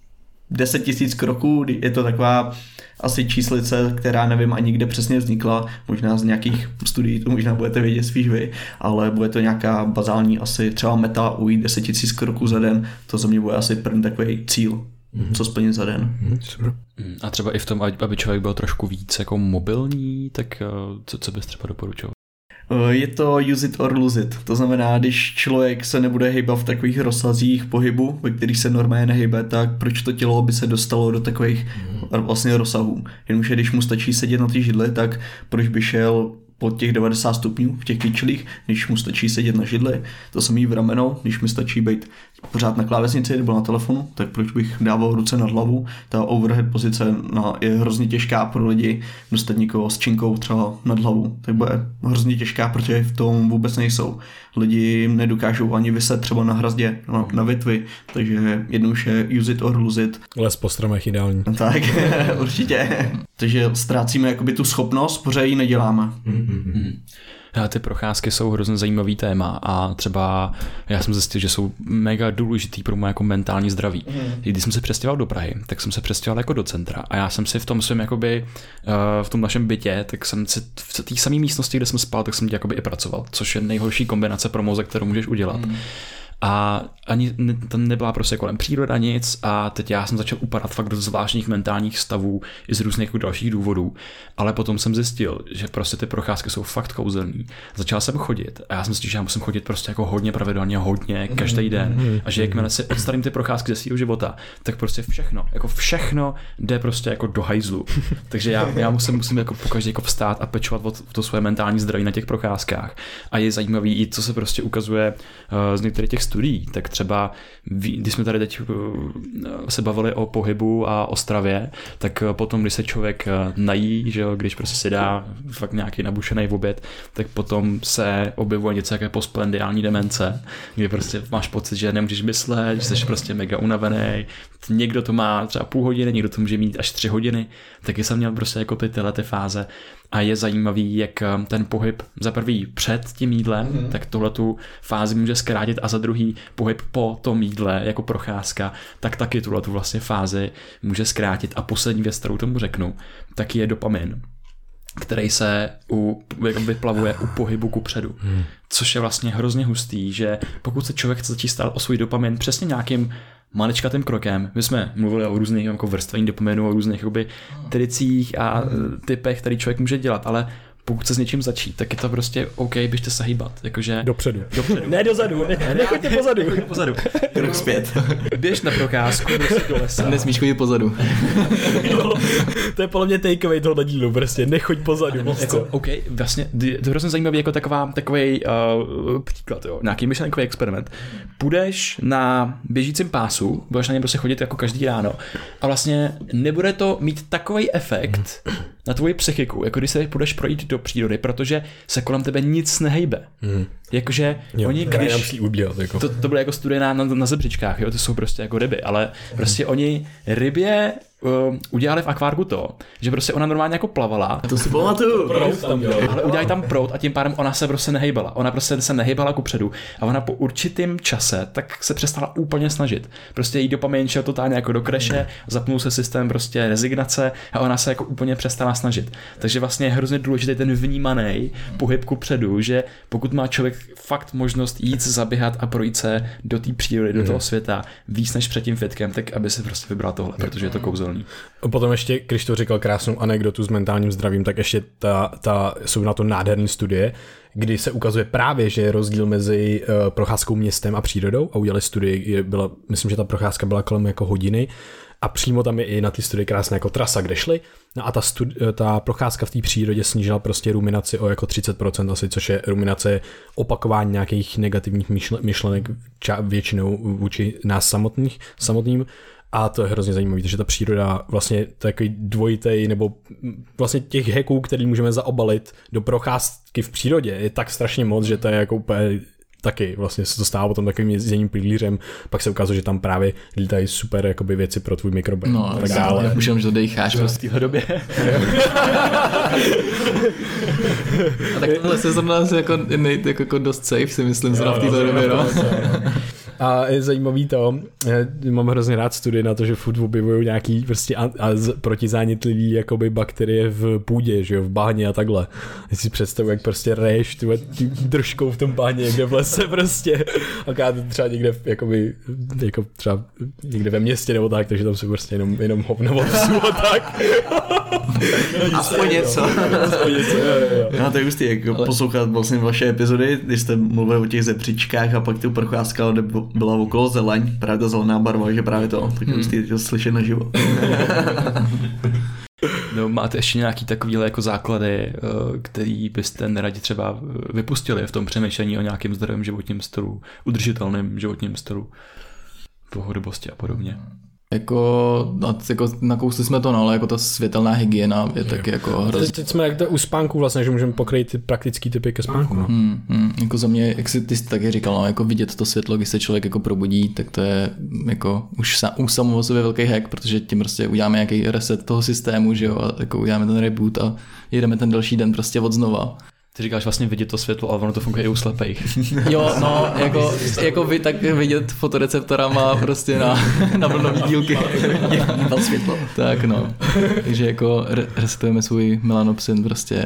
10 000 kroků, je to taková asi číslice, která nevím ani kde přesně vznikla, možná z nějakých studií to možná budete vědět spíš vy, ale bude to nějaká bazální asi třeba meta ujít 10 000 kroků za den, to za mě bude asi první takový cíl, co splnit za den. A třeba i v tom, aby člověk byl trošku víc jako mobilní, tak co bys třeba doporučoval? Je to use it or lose it. To znamená, když člověk se nebude hýbat v takových rozsazích pohybu, ve kterých se normálně nehybe, tak proč to tělo by se dostalo do takových vlastně rozsahů. Jenomže když mu stačí sedět na té židli, tak proč by šel pod těch 90 stupňů v těch kyčlích, když mu stačí sedět na židli, to samý v ramenou, když mi stačí být pořád na klávesnici nebo na telefonu, tak proč bych dával ruce nad hlavu. Ta overhead pozice je hrozně těžká pro lidi, dostat někoho s činkou třeba nad hlavu, tak bude hrozně těžká, protože v tom vůbec nejsou. Lidi nedokážou ani vyset třeba na hrazdě, na větvi, takže jednoduše use it or lose it. Les po stromech ideální. Tak, určitě. Takže ztrácíme jakoby tu schopnost, pořád ji neděláme. Ty procházky jsou hrozně zajímavý téma a třeba já jsem zjistil, že jsou mega důležitý pro moje jako mentální zdraví. Když jsem se přestěhoval do Prahy, tak jsem se přestěhoval jako do centra a já jsem si v tom svém jakoby v tom našem bytě, tak jsem si v té samé místnosti, kde jsem spal, tak jsem jakoby i pracoval, což je nejhorší kombinace pro mozek, kterou můžeš udělat. A ani tam nebyla prostě kolem příroda nic a teď já jsem začal upadat fakt do zvláštních mentálních stavů i z různých dalších důvodů, ale potom jsem zjistil, že prostě ty procházky jsou fakt kouzelný. Začal jsem chodit a já jsem zjistil, že já musím chodit prostě jako hodně pravidelně, hodně, každý den a že jakmile si odstavím ty procházky ze svého života, tak prostě všechno jde prostě jako do hajzlu. Takže já musím jako pokaždé jako vstát a pečovat o to svoje mentální zdraví na těch procházkách. A je zajímavý i co se prostě ukazuje z některých těch studií, tak třeba když jsme tady teď se bavili o pohybu a o stravě, tak potom, když se člověk nají, že jo, když prostě si dá fakt nějaký nabušený oběd, tak potom se objevuje něco jako postprandiální demence, kdy prostě máš pocit, že nemůžeš myslet, že jsi prostě mega unavený, někdo to má třeba půl hodiny, někdo to může mít až 3 hodiny, taky jsem měl prostě jako tyhle fáze a je zajímavý, jak ten pohyb za prvý před tím jídlem, tak tuhletu fázi může zkrátit a za druhý pohyb po tom jídle jako procházka, tak taky tuhletu vlastně fázi může zkrátit a poslední věc, kterou tomu řeknu, tak je dopamin, který se vyplavuje u pohybu kupředu. Což je vlastně hrozně hustý, že pokud se člověk chce začít stát o svůj dopamin přesně nějakým maličkatým krokem. My jsme mluvili o různých jako vrstvení dopaminu, o různých jakoby tricích a typech, který člověk může dělat, ale pokud se s něčím začít, tak je to prostě OK, běžte se hýbat. Jakože Dopředu. Ne dozadu, nechoďte pozadu. Krok zpět. Běž na procházku, do lesa. Nesmíš chodit pozadu. To je podle mě takeaway tohoto dílu, prostě nechoď pozadu. Jako, OK, vlastně je to hrozně zajímavý jako takový příklad, jo, nějaký myšlenkový experiment. Půjdeš na běžícím pásu, budeš na něm prostě chodit jako každý ráno a vlastně nebude to mít takový efekt na tvoji psychiku, jako když se půjdeš projít do přírody, protože se kolem tebe nic nehejbe. Jakože oni, když... Jako. To bylo jako studie na zebřičkách, jo, to jsou prostě jako ryby, ale prostě oni rybě udělali v akvárku to, že prostě ona normálně jako plavala. To si pamatuju. Ale udělali tam proud a tím pádem ona se prostě nehejbala. Ona prostě se nehejbala kupředu a ona po určitém čase tak se přestala úplně snažit. Prostě jí dopamin šel totálně jako do kreše, zapnul se systém prostě rezignace a ona se jako úplně přestala snažit. Takže vlastně je hrozně důležitý ten vnímaný pohyb kupředu, že pokud má člověk fakt možnost jít zaběhat a projít se do té přírody, do toho světa víc než před tím fitkem, tak aby si prostě vybral tohle, protože je to kouzelný. Potom ještě, když to říkal krásnou anekdotu s mentálním zdravím, tak ještě jsou na to nádherné studie, kdy se ukazuje právě, že je rozdíl mezi procházkou městem a přírodou a udělali studii, myslím, že ta procházka byla kolem jako hodiny a přímo tam je i na té studii krásná jako trasa, kde šli. No a ta procházka v té přírodě snížila prostě ruminaci o jako 30% asi, což je ruminace opakování nějakých negativních myšlenek většinou vůči nás samotným. A to je hrozně zajímavé, že ta příroda vlastně takový dvojitej, nebo vlastně těch hacků, který můžeme zaobalit do procházky v přírodě, je tak strašně moc, že to je jako úplně taky vlastně se to stává potom takovým jezděním pilířem, pak se ukazuje, že tam právě lítají super jakoby věci pro tvůj mikrobiom. No, tak dále. Už jenom, že to dejcháš prostě v téhle době. A tak tohle se zrovna jako dost safe, si myslím, zrovna v téhle době, no. A je zajímavý to, já mám hrozně rád studie na to, že furt objevují nějaký prostě protizánětlivý jakoby bakterie v půdě, že jo, v bahně a takhle. Já si představuji, jak prostě reješ držkou v tom bahně někde v lese prostě. A třeba někde jakoby, jako třeba někde ve městě nebo tak, takže tam jsou prostě jenom hovno psů a tak. Aspoň něco. No to je hustý, jak poslouchat vlastně vaše epizody, když jste mluvili o těch zebřičkách a pak tu procházka, kde byla okolo zeleň, právě ta zelená barva, že právě to, tak je hustý to slyšet naživo. No, máte ještě nějaký takovýhle jako základy, který byste neradi třeba vypustili v tom přemýšlení o nějakém zdravém životním udržitelném životním stylu, dlouhodobosti a podobně? Jako nakousli jsme to, no, ale jako ta světelná hygiena je taky jako hrozně. Teď jsme jak to u spánku vlastně, že můžeme pokrýt ty praktický typy ke spánku. No. Jako za mě, jak ty jsi taky říkal, no, jako vidět to světlo, když se člověk jako probudí, tak to je jako už samo o sobě velký hack, protože tím prostě uděláme nějaký reset toho systému, že jo, a jako uděláme ten reboot a jedeme ten další den prostě od znova. Ty říkáš vlastně vidět to světlo, ale ono to funguje i u slepejch. Jo, no, jako vy tak vidět fotoreceptorama prostě na vlnový dílky. Tam světlo. Tak no, takže jako resetujeme svůj melanopsin prostě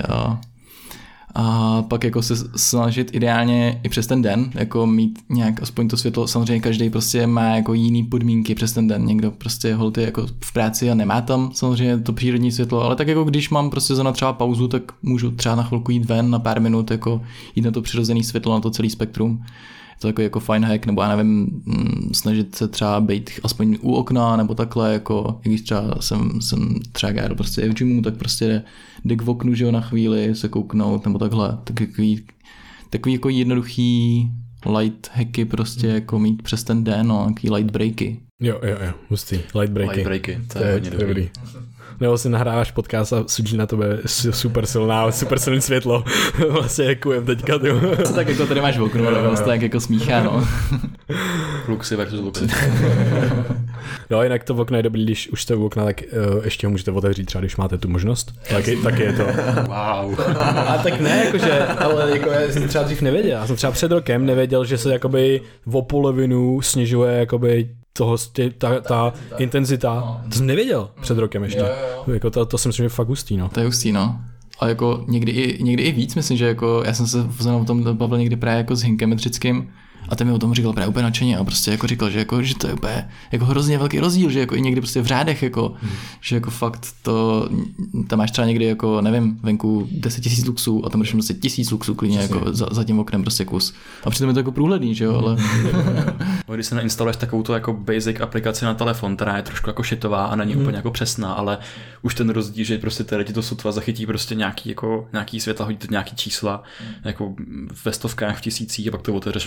a pak jako se snažit ideálně i přes ten den jako mít nějak aspoň to světlo, samozřejmě každý prostě má jako jiný podmínky přes ten den, někdo prostě holt je jako v práci a nemá tam samozřejmě to přírodní světlo, ale tak jako když mám prostě zrovna třeba pauzu, tak můžu třeba na chvilku jít ven na pár minut, jako jít na to přirozené světlo, na to celý spektrum. To jako fajn hack, nebo já nevím, snažit se třeba být aspoň u okna, nebo takhle, jako když třeba jsem třeba jel prostě v gymu, tak prostě jde k oknu, že jo, na chvíli se kouknout, nebo takhle, takový jako jednoduchý light hacky prostě jako mít přes ten den, no, nějaký light breaky. Jo, hustý, light breaky, to je hodně dobrý. Nebo si nahráváš podcast a sudí na tebe super silný světlo. Vlastně hackujem teďka. Tak jako tady máš v oknu, ale vlastně tak jako smíchá, no. Luxy versus luxy. No, jinak to okno je dobrý, když už jste u okna, tak ještě ho můžete otevřít třeba, když máte tu možnost. Taky je to. Wow. A tak ne, jakože, ale jako já jsem třeba dřív nevěděl. Já jsem třeba před rokem nevěděl, že se jakoby o polovinu snižuje jakoby ta intenzita. To jsem nevěděl před rokem ještě. Jo. Jako to si myslím, že je fakt hustý, no. To je hustý, no. A jako někdy i víc, myslím, že jako já jsem se o tom bavil někdy právě jako s Hinkem Medřickým a ten mi o tom říkal právě úplně nadšeně a prostě jako říkal, že to je úplně jako hrozně velký rozdíl, že jako i někdy prostě v řádech jako, že jako fakt to, tam máš třeba někdy jako, nevím, venku 10 000 luxů a tam máš prostě 1000 luxů klidně jako za tím oknem prostě kus. A přitom je to jako průhledný, že jo, ale... Když se nainstaluješ takovou tu jako basic aplikaci na telefon, která je trošku jako šitová a není úplně jako přesná, ale už ten rozdíl, že prostě tady ti to sotva zachytí prostě nějaký světla, hodí to nějaký čísla, jako ve stovkách, v tisících a pak to otevřeš najednou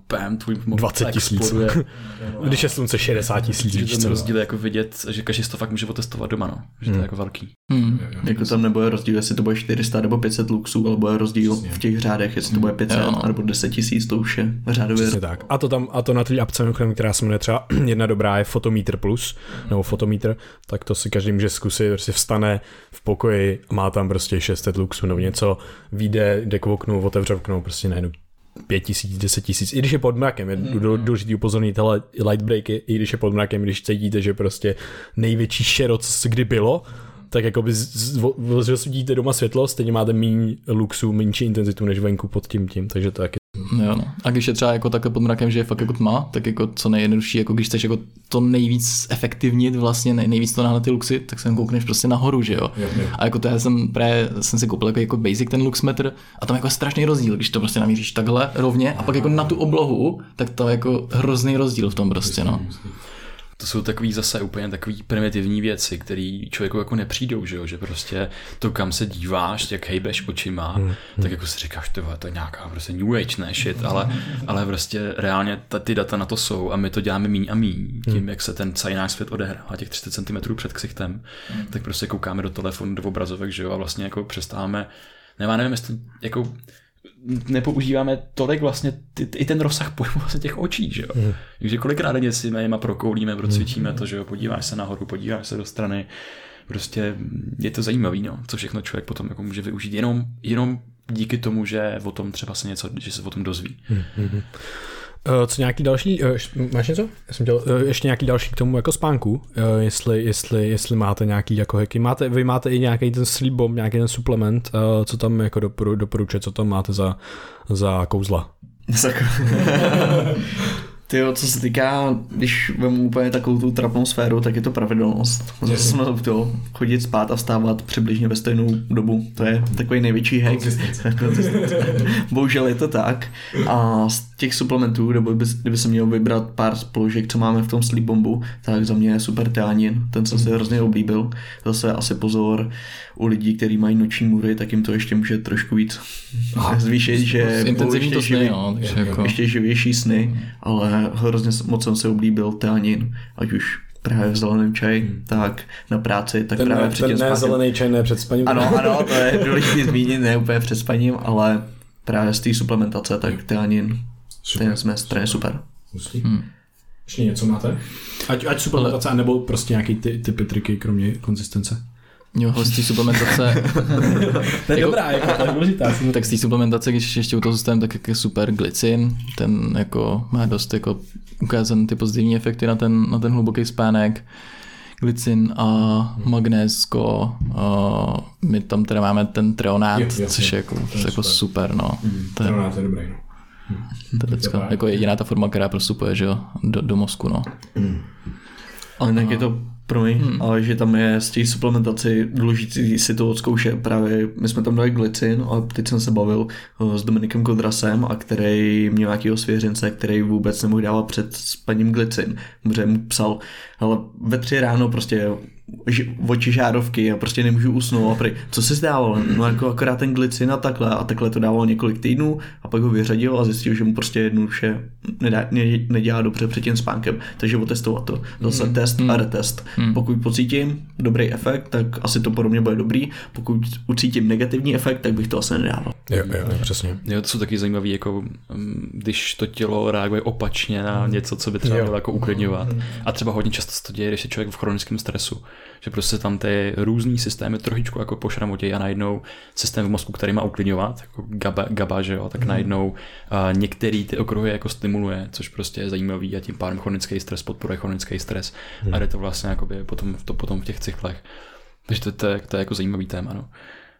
bam, tvůj 20 000. Když je slunce 60 000. Že ten rozdíl je jako vidět, že každý to fakt může otestovat doma, no. Že to je jako velký. Jako tam nebude rozdíl, jestli to bude 400 nebo 500 luxů, ale bude rozdíl v těch řádech, jestli to bude 500 nebo 10 000, to už je řádově. Tak. A to na té apce, která se jmenuje třeba jedna dobrá je Photometer Plus, nebo Photometer, tak to si každý může zkusit, prostě vstane v pokoji a má tam prostě 600 luxů nebo něco, jde k oknu, otevře okno, prostě najednou 5 000, 10 000, i když je pod mrakem, je důležitý upozornit tyhle light breaky, i když je pod mrakem, když cítíte, že prostě největší šerot, co kdy bylo, tak jakoby rozsvítíte doma světlo, stejně máte méně luxu, menší intenzitu než venku pod tím, takže to taky. Jo, no. A když je třeba jako takhle pod mrakem, že je fakt jako tma, tak jako co nejjednodušší, jako když chceš jako to nejvíc efektivnit vlastně, nejvíc to na ty luxy, tak se koukneš prostě nahoru, že jo. A jako to já jsem si koupil jako basic ten luxmetr a tam jako strašný rozdíl, když to prostě namíříš takhle rovně a pak jako na tu oblohu, tak to je jako hrozný rozdíl v tom prostě, no. To jsou takový zase úplně takový primitivní věci, které člověku jako nepřijdou, že jo, že prostě to, kam se díváš, jak hejbeš očima, tak jako si říkáš, to je nějaká prostě new age, ne shit, ale prostě reálně ty data na to jsou a my to děláme míň a míň, tím, jak se ten celý náš svět odehrává těch 30 cm před ksichtem, tak prostě koukáme do telefonu, do obrazovek, že jo, a vlastně jako přestáváme, nevím, jestli jako nepoužíváme tolik vlastně i ten rozsah pojmu vlastně těch očí, že jo. Takže kolikrát denně si jima prokoulíme, procvičíme to, že jo, podíváš se nahoru, podíváš se do strany, prostě je to zajímavý, no, co všechno člověk potom jako může využít jenom díky tomu, že o tom třeba se něco, že se o tom dozví. Co nějaký další, máš něco? Já jsem chtěl, ještě nějaký další k tomu jako spánku, jestli máte nějaký jako hacky. Vy máte i nějaký ten sleep bomb, nějaký ten suplement, co tam jako doporučuje, co tam máte za kouzla? Tyjo, co se týká, když vemu úplně takovou tu trapnou sféru, tak je to pravidelnost. Zase jsme to chodit spát a vstávat přibližně ve stejnou dobu. To je takový největší hack. Bohužel je to tak. A z těch suplementů, kdyby se měl vybrat pár spolužek, co máme v tom sleep bombu, tak za mě je super teanin. Ten jsem si hrozně oblíbil. Zase asi pozor u lidí, kteří mají noční můry, tak jim to ještě může trošku víc zvýšit, že ještě živější sny, ale hrozně moc jsem se oblíbil teanin, ať už právě v zeleném čaji, tak na práci, tak právě před tím spáním. Ten zelený čaj ne před spaním. Ano, to je důležité zmínit, ne úplně před spaním, ale právě z té suplementace, tak teanin, ten jsme straně super. Ještě něco máte? Ať suplementace, nebo prostě nějaký typy, triky, kromě konzistence? Jo, z té suplementace. To je dobrá, jako to je důležitá. Tak z té suplementace, když ještě u toho systému, tak je super glycin, ten jako má dost jako ukázaný ty pozitivní efekty na ten hluboký spánek. Glycin a magnézko, my tam teda máme ten treonát, což je jako super, no. Treonát je dobrý, no. To je jako jediná ta forma, která prostupuje, že jo, do mozku, no. Ale jinak je to ale že tam je z té suplementaci důležitý si to odzkoušet. Právě my jsme tam dali glycin a teď jsem se bavil s Dominikem Kodrasem, a který měl nějakého svěřence, který vůbec nemohl dávat před spaním glycin. Protože mu psal, ale ve 3 ráno prostě oči žárovky a prostě nemůžu usnout a prý, co jsi dával? No jako akorát ten glycin a takhle to dával několik týdnů a pak ho vyřadil a zjistil, že mu prostě jednoduše nedělá dobře před tím spánkem, takže otestovat to. Zase test a retest. Pokud pocítím dobrý efekt, tak asi to pro mě bude dobrý, pokud ucítím negativní efekt, tak bych to asi nedával. Jo, přesně. Jo, to jsou taky zajímavý, jako když to tělo reaguje opačně na něco, co by třeba mělo jako uklidňovat. A třeba hodně často se to děje, když je člověk v chronickém stresu, že prostě tam ty různý systémy trošičku jako pošramotějí a najednou systém v mozku, který má uklidňovat, jako GABA, že jo, tak najednou některý ty okruhy jako stimuluje, což prostě je zajímavý a tím pádem chronický stres podporuje chronický stres a jde to vlastně jakoby potom v těch cyklech. Takže to je jako zajímavý téma, no.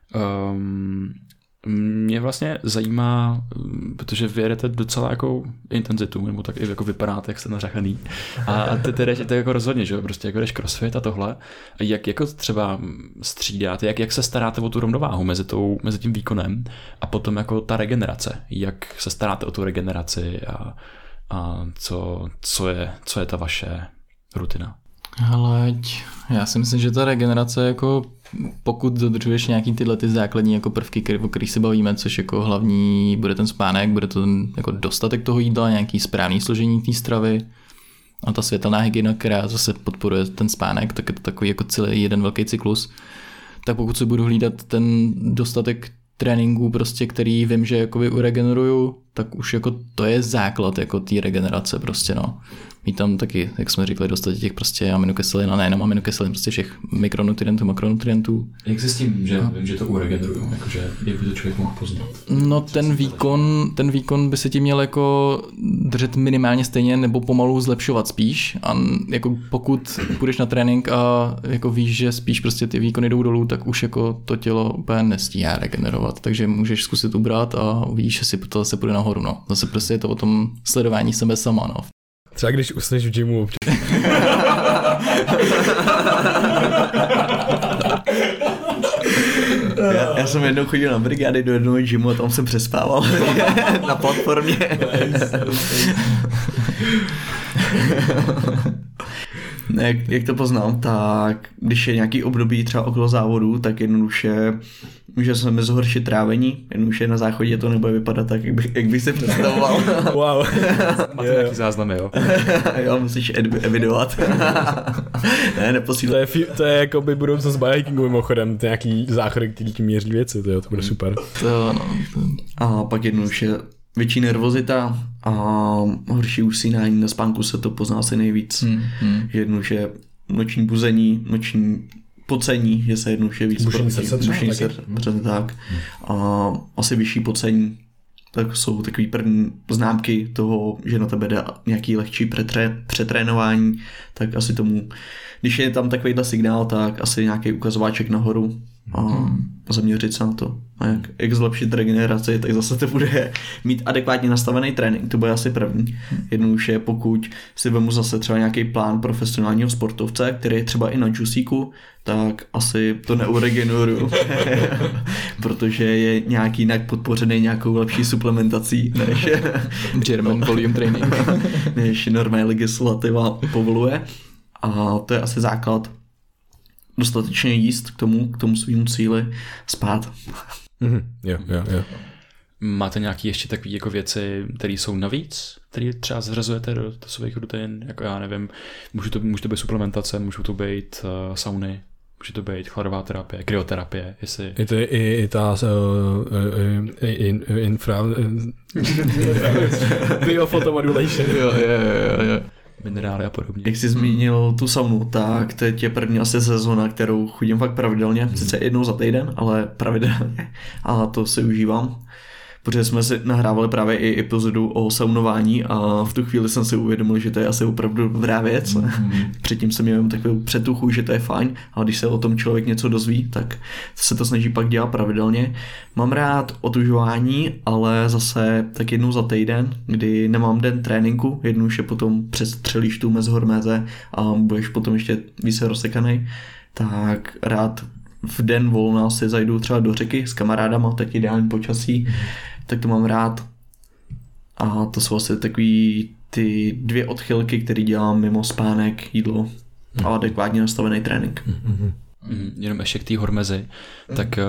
Mě vlastně zajímá, protože vy jedete docela jako intenzitu, nebo tak i jako vypadáte, jak jste nařachaný. A to je jako rozhodně, že jo, prostě jako jdeš crossfit a tohle. Jak jako třeba střídáte, jak se staráte o tu rovnováhu mezi tím výkonem a potom jako ta regenerace. Jak se staráte o tu regeneraci a co je ta vaše rutina? Ale já si myslím, že ta regenerace jako pokud dodržuješ nějaký tyhle ty základní jako prvky, o kterých se bavíme, což jako hlavní bude ten spánek, bude to jako dostatek toho jídla, nějaký správný složení té stravy a ta světelná hygiena, která zase podporuje ten spánek, tak je to takový jako celý jeden velký cyklus. Tak pokud se budu hlídat ten dostatek tréninků, prostě, který vím, že jakoby uregeneruju, tak už jako to je základ jako té regenerace prostě, no. Mít tam taky, jak jsme říkali, dostatek těch prostě aminokyselin a nejenom aminokyselin, prostě všech mikronutrientů, makronutrientů. Jak se s tím, že vím, že to uregeneruju, jakože jak by to člověk mohl poznat? No ten výkon by se ti měl jako držet minimálně stejně nebo pomalu zlepšovat spíš a jako pokud půjdeš na trénink a jako víš, že spíš prostě ty výkony jdou dolů, tak už jako to tělo úplně nestíhá regenerovat, takže můžeš zkusit ubrat a uvidíš, že si to zase půjde nahoru, no. Zase prostě je to o tom sledování sebe sama, no. Třeba když usneš v gymu občas. Já jsem jednou chodil na brigády do jednoho gymu a tam jsem přespával na platformě. Ne, jak to poznám, tak když je nějaký období třeba okolo závodu, tak jednoduše může se mi zhoršit trávení, jednoduše na záchodě to nebude vypadat tak, jak bych si představoval. Wow. Máte nějaký záznamy, jo? Jo, musíš evidovat. Ne, neposílat. To je jako by budoucnost biohackingu mimochodem, ty nějaký záchody, který ti měří věci, to bude super. A pak jednoduše větší nervozita a horší usínání, na spánku se to pozná asi nejvíc. Jednoduše noční buzení, noční pocení, že se jednoduše víc bušení srdce, přesně tak. A asi vyšší pocení, tak jsou takový první známky toho, že na tebe jde nějaký lehčí přetrénování, tak asi tomu, když je tam takovýhle signál, tak asi nějaký ukazováček nahoru a zaměřit se na to. A jak zlepšit regeneraci, tak zase to bude mít adekvátně nastavený trénink, to bude asi první. Jednoduše, pokud si vemu zase třeba nějaký plán profesionálního sportovce, který je třeba i na juicíku, tak asi to neuregeneruju, protože je nějaký jinak podpořený nějakou lepší suplementací, než German volume training, než normální legislativa povoluje. A to je asi základ. Dostatečně jíst k tomu svýmu cíli, spát. Jo. Máte nějaké ještě takové jako věci, které jsou navíc, které třeba zřazujete do svých rutin, jako já nevím, může to být suplementace, můžou to být sauny, může to být chladová terapie, kryoterapie, jestli... I ta biophotomodulation. Jo. Minerály a podobně. Jak jsi zmínil tu saunu, tak teď je první asi sezona, kterou chodím fakt pravidelně, sice jednou za týden, ale pravidelně a to si užívám. Protože jsme si nahrávali právě i epizodu o saunování a v tu chvíli jsem si uvědomil, že to je asi opravdu dobrá věc. Předtím jsem měl takovou přetuchu, že to je fajn, ale když se o tom člověk něco dozví, tak se to snaží pak dělat pravidelně. Mám rád otužování, ale zase tak jednou za týden, kdy nemám den tréninku, jednou už je potom přestřelíš tu mezhorméze a budeš potom ještě více rozsekanej, tak rád v den volna si zajdu třeba do řeky s kamarádama, tak ideální počasí, tak to mám rád. A to jsou asi takový ty 2 odchylky, které dělám mimo spánek, jídlo a adekvátně nastavený trénink. Jenom ještě k té hormezi, tak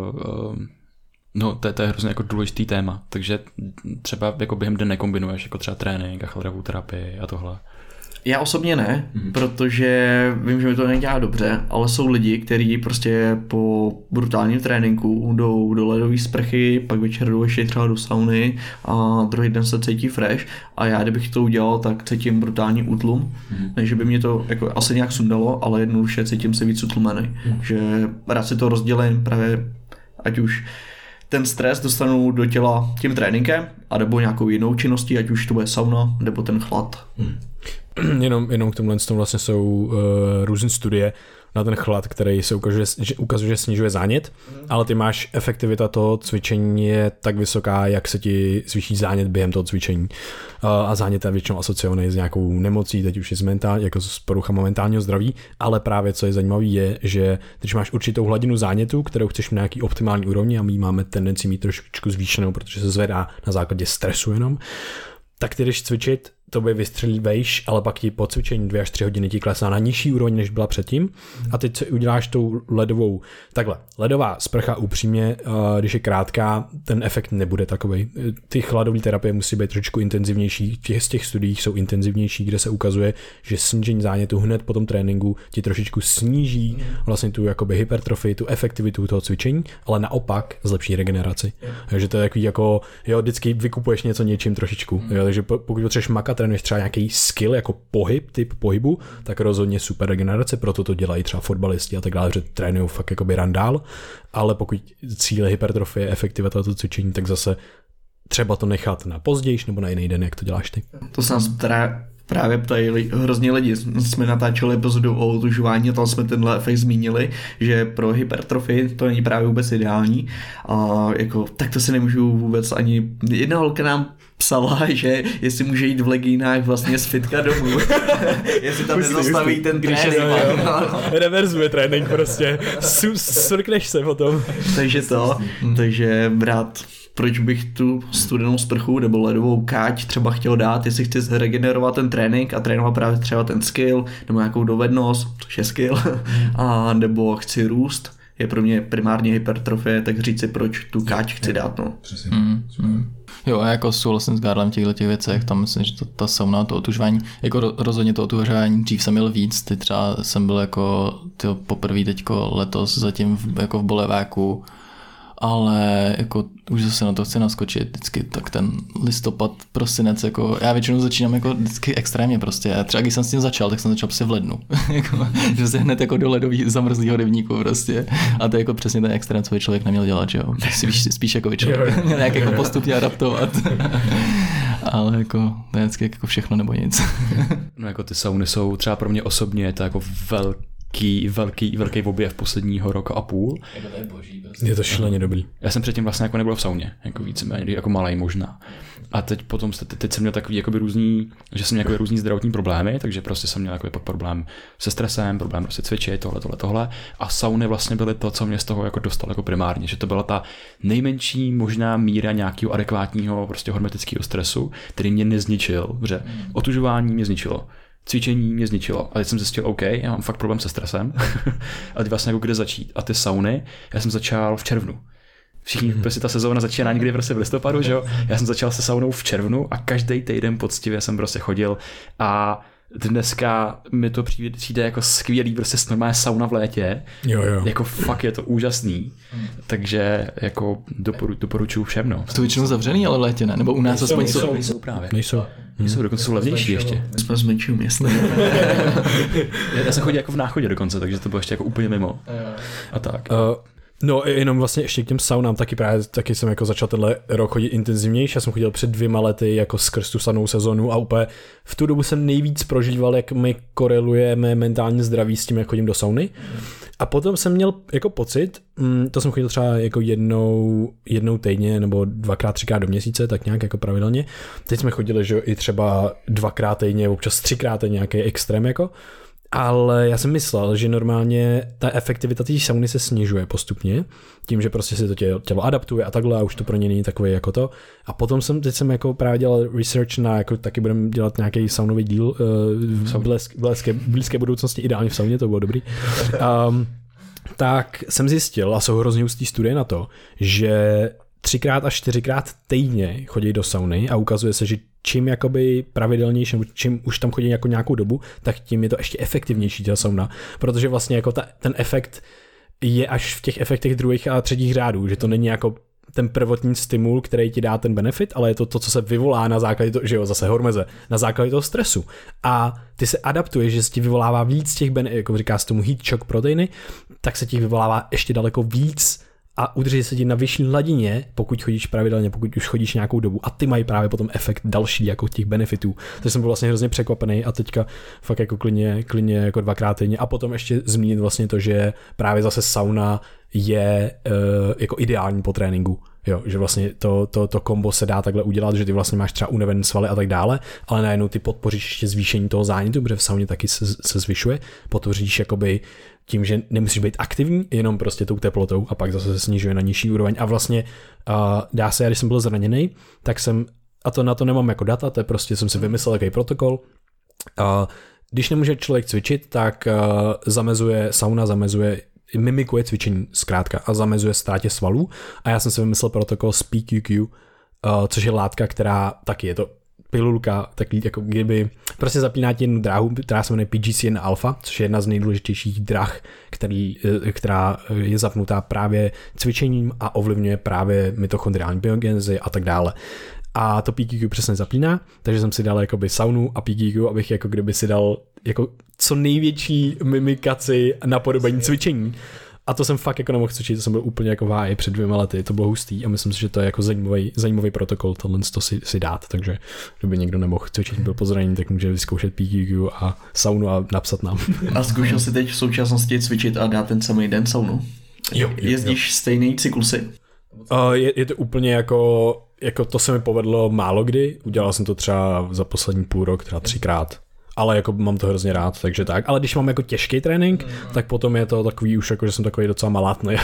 no, to je hrozně jako důležitý téma, takže třeba jako během dne nekombinuješ jako třeba trénink a chladovou terapii a tohle. Já osobně ne, protože vím, že mi to nedělá dobře, ale jsou lidi, kteří prostě po brutálním tréninku jdou do ledové sprchy, pak večer jdou ještě třeba do sauny a druhý den se cítí fresh a já kdybych to udělal, tak cítím brutální útlum, než by mě to jako asi nějak sundalo, ale jednoduše cítím se víc utlumený, že rád si to rozdělím právě, ať už ten stres dostanu do těla tím tréninkem a nebo nějakou jinou činností, ať už to bude sauna nebo ten chlad. Jenom k tomhle vlastně jsou různé studie na ten chlad, který se ukazuje, že snižuje zánět, ale ty máš efektivita toho cvičení je tak vysoká, jak se ti zvýší zánět během toho cvičení. A zánět je většinou asociovaný s nějakou nemocí, teď už je jako s poruchama mentálního zdraví, ale právě co je zajímavé je, že když máš určitou hladinu zánětu, kterou chceš na nějaký optimální úrovni a my máme tendenci mít trošičku zvýšenou, protože se zvedá na základě stresu jenom, tak ty jdeš cvičit tobě vystřelí vejš, ale pak ti po cvičení 2 až 3 hodiny ti klesá na nižší úroveň, než byla předtím. A teď co uděláš tou ledovou, takhle, ledová sprcha upřímně, když je krátká, ten efekt nebude takovej. Ty chladové terapie musí být trošičku intenzivnější, z těch studiích jsou intenzivnější, kde se ukazuje, že snížení zánětu hned po tom tréninku ti trošičku sníží vlastně tu jakoby hypertrofii, tu efektivitu toho cvičení, ale naopak zlepší regeneraci. Takže to je takový jako, jo, vždycky vykupuješ něco něčím trošičku, jo, takže pokud potřebuješ makat, trénuješ třeba nějaký skill jako pohyb, typ pohybu, tak rozhodně super regenerace, proto to dělají třeba fotbalisti a tak dále, že trénují fakt jakoby randál, ale pokud cíle hypertrofie, efektivita toho cvičení, tak zase třeba to nechat na pozdějš nebo na jiný den, jak to děláš ty. To se nás právě ptají hrozně lidi. Jsme natáčeli epizodu o otužování a tam jsme tenhle efekt zmínili, že pro hypertrofii to není právě vůbec ideální. A jako, tak to si nemůžu vůbec ani... Jedna holka nám psala, že jestli může jít v legínách vlastně z fitka domů. Jestli tam nezastaví ten trénink. Reverzuje trénink prostě. Surkneš se potom. Takže brát, proč bych tu studenou sprchu nebo ledovou káť třeba chtěl dát, jestli chci regenerovat ten trénink a trénovat právě třeba ten skill nebo nějakou dovednost, což je skill, a nebo chci růst, je pro mě primárně hypertrofie, tak říct si, proč tu káč chci dát. No. Jo, a jako souhlasím s Gárlem v těchto věcech, tam myslím, že ta sauna, to otužování, jako rozhodně to otužování, dřív jsem měl víc, teď třeba jsem byl jako poprvé teďko letos zatím jako v boleváku, ale jako už zase na to chci naskočit vždycky, tak ten listopad, prosinec, jako já většinou začínám jako vždycky extrémně prostě, a třeba když jsem s tím začal, tak jsem začal prostě v lednu, jako, že se hned jako do ledový zamrzlýho rybníku prostě, a to je jako přesně ten extrém, co by člověk neměl dělat, že jo, spíš jako člověk měl nějak jako postupně adaptovat, ale jako to je vždycky jako všechno nebo nic. No jako ty sauny jsou třeba pro mě osobně to jako velký objev posledního roka a půl. Jako to je boží, prostě. Je to šíleně dobrý. Já jsem předtím vlastně jako nebyl v sauně, jako víceméně, jako malej možná. A teď jsem měl takový jakoby různý, že jsem měl jakoby různý zdravotní problémy, takže prostě jsem měl jakoby pak problém se stresem, problém prostě cvičit, tohle. A sauny vlastně byly to, co mě z toho jako dostalo jako primárně, že to byla ta nejmenší možná míra nějakého adekvátního prostě hormetického stresu, který mě nezničil, protože otužování mě zničilo. Cvičení mě zničilo. A teď jsem zjistil, OK, já mám fakt problém se stresem. A teď vlastně jako kde začít. A ty sauny, já jsem začal v červnu. Všichni, prostě ta sezóna začíná někdy prostě v listopadu, že jo. Já jsem začal se saunou v červnu a každý týden poctivě jsem prostě chodil a dneska mi to přijde jako skvělý, prostě normálně sauna v létě. Jo. Jako fakt je to úžasný. Takže jako doporučuju všem, no. To většinou zavřený, ale v létě ne? Nebo u nás aspoň Nejsou právě. Nejsou, dokonce jsou levnější ještě. Jsme z menšího města. Já jsem chodil jako v Náchodě dokonce, takže to bylo ještě jako úplně mimo. A tak. No jenom vlastně ještě k těm saunám taky jsem jako začal tenhle rok chodit intenzivnější. Já jsem chodil před 2 lety jako skrz tu saunou sezonu a úplně v tu dobu jsem nejvíc prožíval, jak mi koreluje mé mentální zdraví s tím, jak chodím do sauny. A potom jsem měl jako pocit, to jsem chodil třeba jako jednou týdně nebo 2x, 3x do měsíce, tak nějak jako pravidelně. Teď jsme chodili, že i třeba 2x týdně, občas 3x týdně nějaký extrém jako. Ale já jsem myslel, že normálně ta efektivita té sauny se snižuje postupně, tím, že prostě se to tělo adaptuje a takhle a už to pro ně není takové jako to. A potom teď jsem jako právě dělal research na, jako taky budeme dělat nějaký saunový díl v blízké budoucnosti, ideálně v sauně, to bylo dobrý. Tak jsem zjistil, a jsou hrozně hustý studie na to, že 3x až 4x týdně chodí do sauny a ukazuje se, že čím jakoby pravidelnější, čím už tam chodí jako nějakou dobu, tak tím je to ještě efektivnější ta sauna, protože vlastně jako ten efekt je až v těch efektech druhých a třetích řádů, že to není jako ten prvotní stimul, který ti dá ten benefit, ale je to, co se vyvolá na základě toho, že jo, zase hormeze, na základě toho stresu. A ty se adaptuješ, že se ti vyvolává víc těch jako říká se tomu heat shock proteiny, tak se ti vyvolává ještě daleko víc a udrží se ti na vyšší hladině, pokud chodíš pravidelně, pokud už chodíš nějakou dobu a ty mají právě potom efekt další jako těch benefitů. Takže jsem byl vlastně hrozně překvapený a teďka fakt jako klidně jako 2x týdně a potom ještě zmínit vlastně to, že právě zase sauna je jako ideální po tréninku. Jo, že vlastně to kombo se dá takhle udělat, že ty vlastně máš třeba unavené svaly a tak dále, ale najednou ty podpoříš ještě zvýšení toho zánětu, protože v sauně taky se zvyšuje, podpoříš jakoby tím, že nemusíš být aktivní, jenom prostě tou teplotou a pak zase se snižuje na nižší úroveň a vlastně dá se, když jsem byl zraněný, tak jsem a to na to nemám jako data, to je prostě jsem si vymyslel jaký protokol. Když nemůže člověk cvičit, tak sauna zamezuje, mimikuje cvičení zkrátka a zamezuje ztrátě svalů a já jsem si vymyslel protokol z PQQ, což je látka, která taky je to pilulka, takový jako kdyby prostě zapíná ti jednu dráhu, která se jmenuje PGC1 alpha, což je jedna z nejdůležitějších drah, která je zapnutá právě cvičením a ovlivňuje právě mitochondriální biogenezi a tak dále. A to PQQ přesně zapíná, takže jsem si dal jakoby saunu a PQQ, abych jako kdyby si dal jako co největší mimikaci napodobení cvičení. A to jsem fakt jako nemohl cvičit, to jsem byl úplně jako váj před 2 lety, to bylo hustý a myslím si, že to je jako zajímavý protokol tohle si dát, takže kdyby někdo nemohl cvičit, byl pozraněný, tak může vyzkoušet PQQ a saunu a napsat nám. A zkoušel si teď v současnosti cvičit a dát ten samý den saunu? Jo. Jezdíš stejný cyklusy? Je to úplně jako to se mi povedlo málo kdy, udělal jsem to třeba za poslední půl rok, třeba 3krát. Ale jako mám to hrozně rád, takže tak. Ale když mám jako těžký trénink, tak potom je to takový už jako, že jsem takový docela malátný.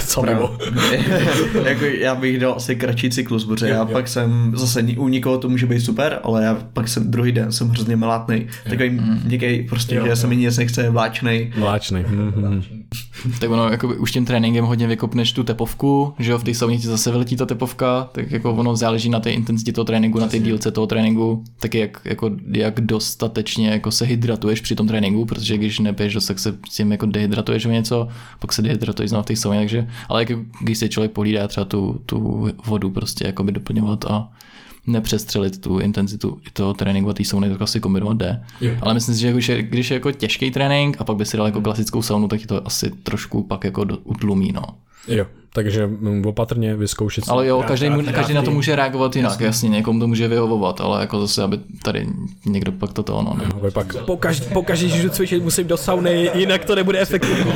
Jako já bych dal asi kratší cyklus, protože já pak jsem, zase u někoho to může být super, ale já pak jsem druhý den jsem hrozně malátný. Takový někej prostě, že se mi nic nechce, vláčnej. Tak ono, jako už tím tréninkem hodně vykopneš tu tepovku, že jo, v té sauně ti zase vyletí ta tepovka, tak jako ono záleží na té intenzitě toho tréninku, na té dílce toho tréninku, taky jak dostatečně jako se hydratuješ při tom tréninku, protože když nepiješ dost, tak se s tím jako dehydratuješ o něco, pak se dehydratuješ znovu v té sauně, takže, ale jako, když se člověk pohlídá třeba tu vodu prostě jakoby doplňovat a nepřestřelit tu intenzitu toho tréninku a té sauny, tak asi kombinovat jde. Jo. Ale myslím si, že když je jako těžký trénink a pak by si dal jako klasickou saunu, tak je to asi trošku pak jako utlumí, no. Jo, takže opatrně vyzkoušet. Ale jo, každý na to může reagovat jinak, jasně, někomu to může vyhovovat, ale jako zase, aby tady někdo pak toto ono. No, pak pokaždé, že jdu cvičit, musím do sauny, jinak to nebude efektivní.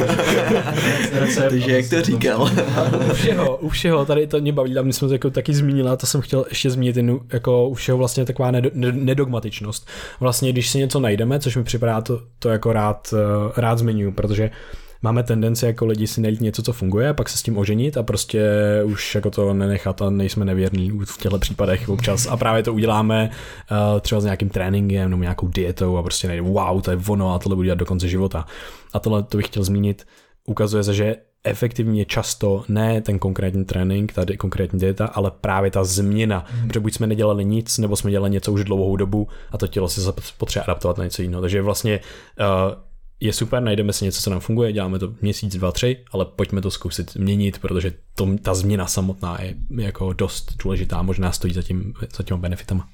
Takže jak to říkal. U všeho, tady to mě baví, my jsme to jako taky zmínila, to jsem chtěl ještě zmínit jednu, jako u všeho vlastně taková nedogmatičnost. Vlastně, když si něco najdeme, což mi připadá, to jako rád zmiňuji, protože máme tendenci jako lidi si najít něco, co funguje, pak se s tím oženit a prostě už jako to nenechat a nejsme nevěrní v těchto případech občas a právě to uděláme třeba s nějakým tréninkem nebo nějakou dietou a prostě najde wow, to je ono a tohle budu dělat do konce života. A tohle to bych chtěl zmínit. Ukazuje se, že efektivně často ne ten konkrétní trénink, tady konkrétní dieta, ale právě ta změna. Protože buď jsme nedělali nic, nebo jsme dělali něco už dlouhou dobu a to tělo se potřebuje adaptovat na něco jiného. Takže vlastně je super, najdeme si něco, co nám funguje, děláme to měsíc, 2, 3, ale pojďme to zkusit změnit, protože ta změna samotná je jako dost důležitá, možná stojí za těma benefitama.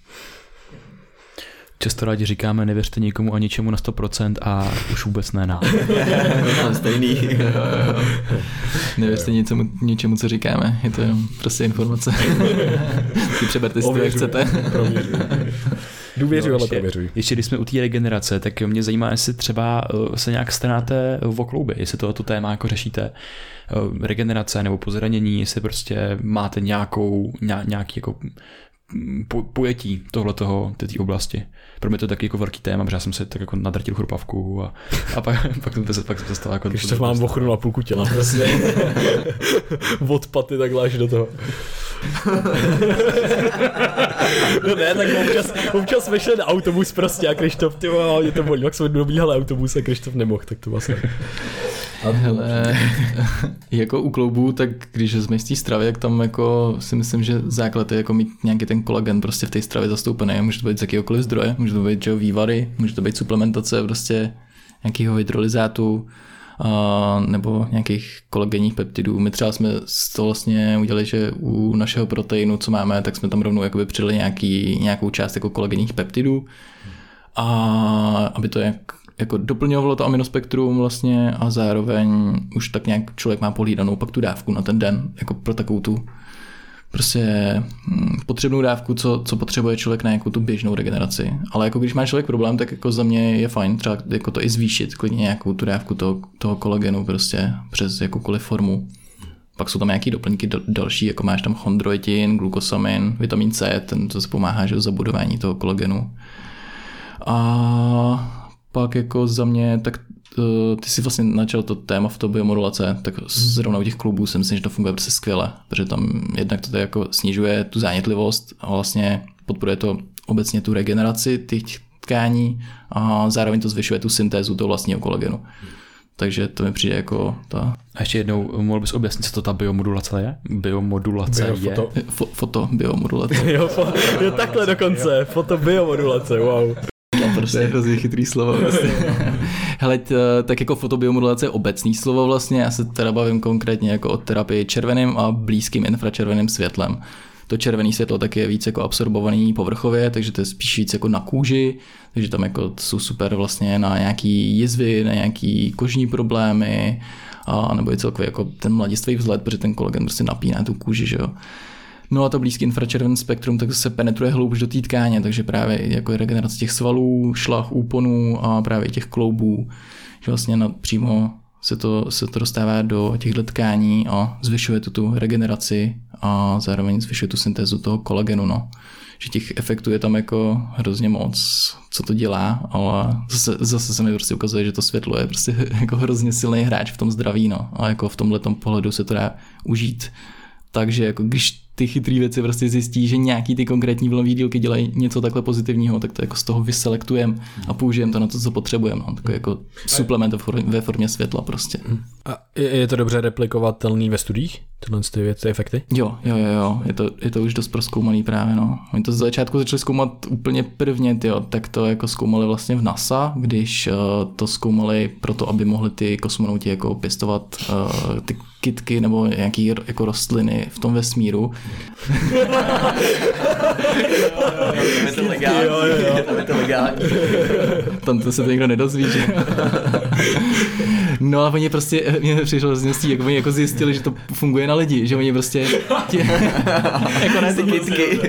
Často rádi říkáme, nevěřte nikomu a ničemu na 100% a už vůbec ne na. Stejný. Nevěřte ničemu, co říkáme, je to jenom prostě informace. Si přeberte si to, jak chcete. Důvěřuji, ale prověřuji. Ještě když jsme u té regenerace, tak mě zajímá, jestli třeba se nějak staráte o klouby, jestli to téma jako řešíte, regenerace nebo po zranění, jestli prostě máte nějaký jako pojetí tohletoho, té oblasti. Pro mě to je taky jako velký téma, protože já jsem se tak jako nadrtil chrupavku a pak jsem se stal jako... Když to mám ochrnu na půlku těla. Od paty takhle až do toho. No ne, tak občas jsme šli na autobus prostě a Krištof, mě to bolí, jak jsme dobíhali autobus a Krištof nemohl, tak to vlastně... Hele, jako u kloubů, tak když jsme z té stravy, tak tam jako si myslím, že základ je jako mít nějaký ten kolagen prostě v té stravě zastoupený. Může to být z jakýhokoliv zdroje, může to být vývary, může to být suplementace prostě nějakého hydrolyzátu nebo nějakých kolagenních peptidů. My třeba jsme to vlastně udělali, že u našeho proteinu, co máme, tak jsme tam rovnou jakoby přidali nějakou část jako kolagenních peptidů a aby to jako doplňovalo to aminospektrum vlastně a zároveň už tak nějak člověk má pohlídanou pak tu dávku na ten den, jako pro takovou tu prostě potřebnou dávku, co potřebuje člověk na nějakou tu běžnou regeneraci. Ale jako když má člověk problém, tak jako za mě je fajn třeba jako to i zvýšit, klidně nějakou tu dávku toho kolagenu prostě přes jakoukoliv formu. Pak jsou tam nějaký doplňky další, jako máš tam chondroitin, glukosamin, vitamin C, ten to se pomáhá, že zabudování toho kolagenu. A pak jako za mě, tak ty si vlastně načal to téma v té biomodulace, tak zrovna u těch klubů si myslím, že to funguje prostě skvěle, protože tam jednak to jako snižuje tu zánětlivost a vlastně podporuje to obecně tu regeneraci těch tkání a zároveň to zvyšuje tu syntézu toho vlastního kolagenu. Takže to mi přijde jako ta... A ještě jednou, mohl bys objasnit, co to ta biomodulace je? Biomodulace je... Fotobiomodulace. Jo, takhle dokonce, fotobiomodulace, wow. To je hrozně chytrý slovo vlastně. Hele, tak jako fotobiomodulace je obecný slovo vlastně, já se teda bavím konkrétně jako o terapii červeným a blízkým infračerveným světlem. To červené světlo taky je víc jako absorbovaný povrchově, takže to je spíš víc jako na kůži, takže tam jako jsou super vlastně na nějaký jizvy, na nějaký kožní problémy, a nebo i celkově jako ten mladistvý vzhled, protože ten kolagen prostě napíná tu kůži, že jo. No a to blízký infračervený spektrum tak se penetruje hloubš do té tkáně, takže právě jako regenerace těch svalů, šlach, úponů a právě těch kloubů, že vlastně přímo se to dostává do těchto tkání a zvyšuje tu regeneraci a zároveň zvyšuje tu syntézu toho kolagenu, no. Že těch efektů je tam jako hrozně moc, co to dělá, ale zase se mi prostě ukazuje, že to světlo je prostě jako hrozně silný hráč v tom zdraví, no. A jako v tomhletom pohledu se to dá užít. Takže jako když ty chytrý věci prostě zjistí, že nějaký ty konkrétní vlnový dílky dělají něco takhle pozitivního, tak to jako z toho vyselektujeme a použijeme to na to, co potřebujeme. No. Takový jako suplement ve formě světla prostě. A je to dobře replikovatelný ve studiích? Tyhle ty efekty? Jo. Je to už dost prozkoumaný právě, no. Oni to z začátku začali zkoumat úplně prvně, tak to jako zkoumali vlastně v NASA, když to zkoumali proto, aby mohli ty kosmonauti jako pěstovat ty kytky nebo nějaký jako rostliny v tom vesmíru. Je to legální. Tam to se to nikdo nedozví, že? No a oni prostě, mě přišlo z něstí, jak oni jako zjistili, že to funguje na lidi, že oni prostě jako ne ty kytky.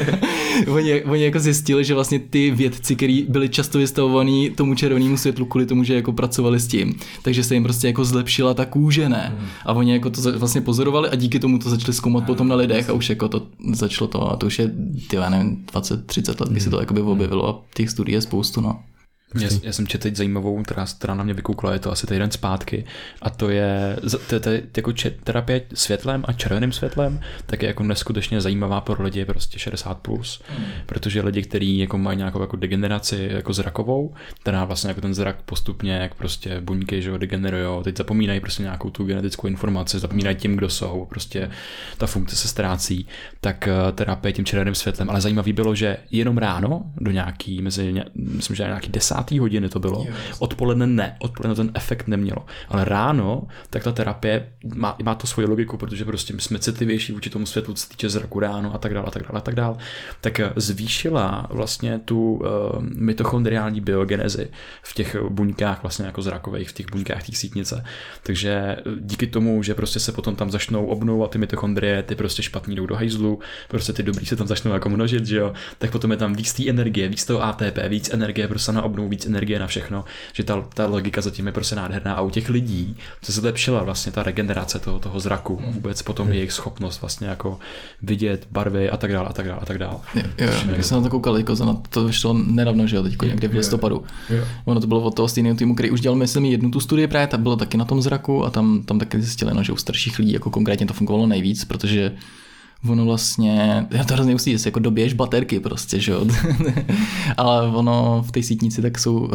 Oni jako zjistili, že vlastně ty vědci, kteří byli často vystavovaní tomu červenému světlu kvůli tomu, že jako pracovali s tím, takže se jim prostě jako zlepšila ta kůže, ne? A oni jako to vlastně pozorovali a díky tomu to začali zkoumat potom na lidech a už jako to začalo to, a to už je, já nevím, 20-30 let, kdy se to jakoby objevilo a těch studií je spoustu, no. Já jsem četl teď zajímavou, která na mě vykoukla, je to asi týden zpátky, a to je jako terapie světlem a červeným světlem, tak je jako neskutečně zajímavá pro lidi prostě 60+, protože lidi, kteří jako mají nějakou jako degeneraci jako zrakovou, která vlastně jako ten zrak postupně, jak prostě buňky, že jo, degenerujou, teď zapomínají prostě nějakou tu genetickou informaci, zapomínají tím, kdo jsou, prostě ta funkce se ztrácí, tak terapie tím červeným světlem, ale zajímavý bylo, že jenom ráno do nějaký, myslím, že nějaký 10. hodiny to bylo. Odpoledne ne, odpoledne ten efekt nemělo. Ale ráno, tak ta terapie má to svoji logiku, protože prostě my jsme citlivější vůči tomu světlu, co se týče zraku ráno a tak dále. Tak zvýšila vlastně tu mitochondriální biogenezi v těch buňkách vlastně jako zrakových, v těch buňkách té sítnice. Takže díky tomu, že prostě se potom tam začnou obnovovat ty mitochondrie, ty prostě špatný jdou do hajzlu, prostě ty dobrý se tam začnou jako množit, že jo, tak potom je tam víc té energie, víc toho ATP, víc energie prostě na obnovu, víc energie na všechno, že ta logika zatím je prostě nádherná a u těch lidí se zlepšila vlastně ta regenerace toho zraku, vůbec potom jejich schopnost vlastně jako vidět barvy a tak dále. Jo, jak jsem na to koukal, to vyšlo nedávno, že jo, teď někde v listopadu. Ono to bylo od toho stejného týmu, který už dělal, myslím, jednu tu studii právě, ta bylo taky na tom zraku a tam taky zjistili, no, že u starších lidí jako konkrétně to fungovalo nejvíc, protože ono vlastně, já to hrozně musí, jako dobiješ baterky prostě, že jo. Ale ono v té sítnici tak jsou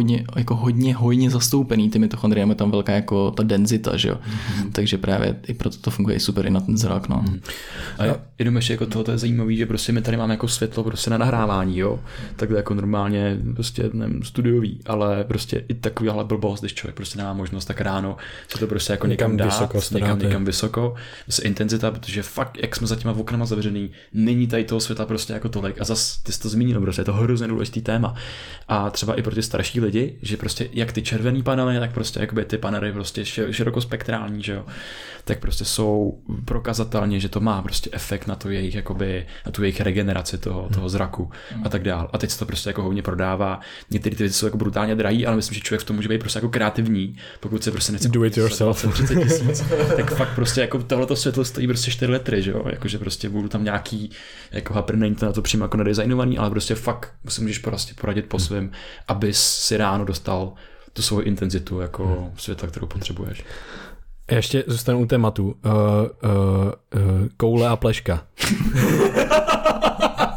hodně hojně zastoupený ty mitochondrie, je tam velká jako ta denzita, že jo. Takže právě i proto to funguje i super i na ten zrak, no. A jenom ještě jako tohle je zajímavý, že prostě my tady máme jako světlo prostě na nahrávání, jo. Takhle jako normálně prostě nevím, studiový, ale prostě i takovýhle blbost, když člověk prostě nemá možnost tak ráno se to prostě jako někam dát, někam vysoko, zase intenzita, protože fakt, jak jsme za těma oknama zavřený, není tady toho světla prostě jako tolik a zase ty jsi to zmínil, prostě je to hrozně důležitý téma. A třeba i pro ty starší lidi, že prostě jak ty červený panely, tak prostě jakoby ty panely prostě širokospektrální, že jo, tak prostě jsou prokazatelně, že to má prostě efekt na to jejich jakoby, na tu jejich regeneraci toho zraku a tak dál. A teď se to prostě jako hodně prodává. Některé ty věci jsou jako brutálně drahý, ale myslím, že člověk v tom může být prostě jako kreativní, pokud se prostě nechce do it yourself 30 000, tak fakt prostě jako tohleto světlo stojí prostě 4 litry, že jo, jakože prostě budu tam nějaký jako hapr, není to na to přímo jako nadizajnovaný, ale prostě fakt si můžeš prostě poradit po svém, abys si ráno dostal tu svou intenzitu jako světla, kterou potřebuješ. Ještě zůstanu u tématu. Koule a pleška.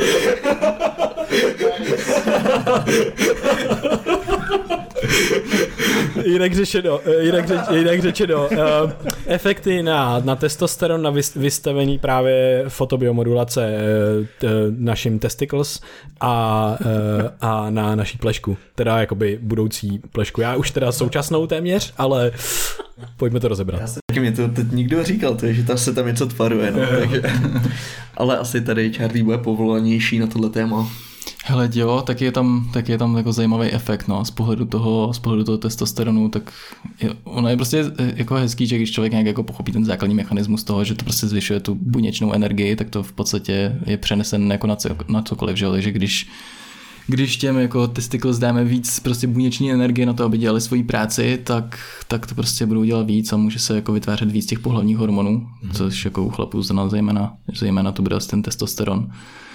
Jinak řečeno, efekty na testosteron, na vystavení právě fotobiomodulace našim testicles a na naší plešku, teda jakoby budoucí plešku. Já už teda současnou téměř, ale pojďme to rozebrat. Taky mi to teď nikdo říkal, že tam se tam něco tvaruje, no, takže. Ale asi tady Charlie bude povolanější na tohle téma. Hele, jo, tak je tam jako zajímavý efekt, no, z pohledu toho testosteronu, tak ono je prostě jako hezký, že když člověk nějak jako pochopí ten základní mechanismus toho, že to prostě zvyšuje tu buněčnou energii, tak to v podstatě je přenesen jako na cokoliv, že jo, takže když těm jako testicles dáme víc prostě buněční energie na to, aby dělali svoji práci, tak to prostě budou dělat víc a může se jako vytvářet víc těch pohlavních hormonů, což jako u chlapů zejména to bude ten testosteron.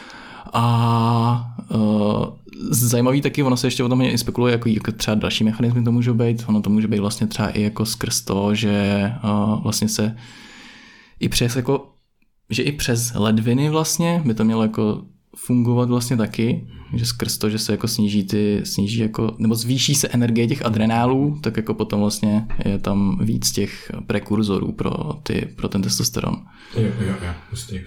A zajímavý taky, ono se ještě o tom i spekuluje, jako třeba další mechanismy to můžou být, ono to může být vlastně třeba i jako skrz to, že vlastně se i přes jako, že i přes ledviny vlastně by to mělo jako fungovat vlastně taky, že skrz to, že se jako sníží jako, nebo zvýší se energie těch adrenálů, tak jako potom vlastně je tam víc těch prekurzorů pro ten testosteron. Jo, hustý.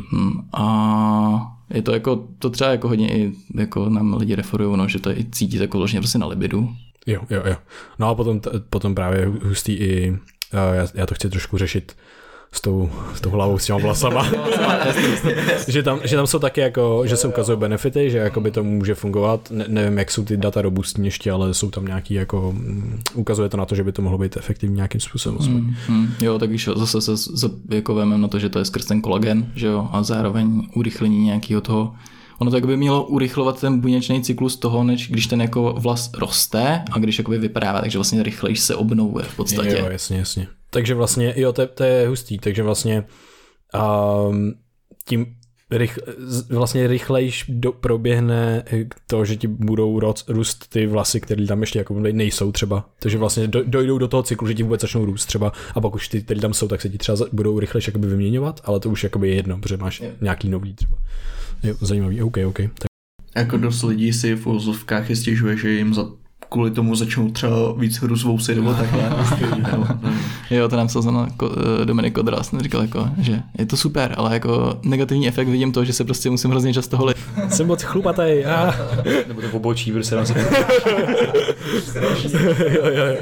A je to jako, to třeba jako hodně i jako nám lidi referujou, no, že to i cítí jako vložně prostě na libidu. Jo. No a potom právě hustý i, já to chci trošku řešit s tou hlavou, s těma vlasama. že tam jsou taky jako, že se ukazují benefity, že jako by to může fungovat. Nevím, jak jsou ty data robustní ještě, ale jsou tam nějaký jako, ukazuje to na to, že by to mohlo být efektivní nějakým způsobem. Jo, tak když zase se jako vememe na to, že to je skrz ten kolagen, že jo, a zároveň urychlení nějakého toho. Ono to by mělo urychlovat ten buněčný cyklus toho, než když ten jako vlas roste a když jakoby vypadává, takže vlastně rychlejš se obnovuje v podstatě. Jo, jasně. Takže vlastně, jo, to je hustý, takže vlastně tím vlastně rychlejš proběhne to, že ti budou růst ty vlasy, které tam ještě jako nejsou třeba. Takže vlastně dojdou do toho cyklu, že ti vůbec začnou růst třeba a pak už ty, které tam jsou, tak se ti třeba budou rychlejš jakoby vyměňovat, ale to už jakoby je jedno, protože máš nějaký nový třeba. Jo, zajímavý, OK. Tak. Jako dost lidí si v uvozovkách je stěžuje, že jim kvůli tomu začnou třeba víc růst vousy nebo takhle. Jo, to nám psal Dominik Odraz, říkal jako, že je to super, ale jako negativní efekt vidím to, že se prostě musím hrozně často holit. Jsem moc chlupatej. Nebo to obočí, protože se nám se Jo.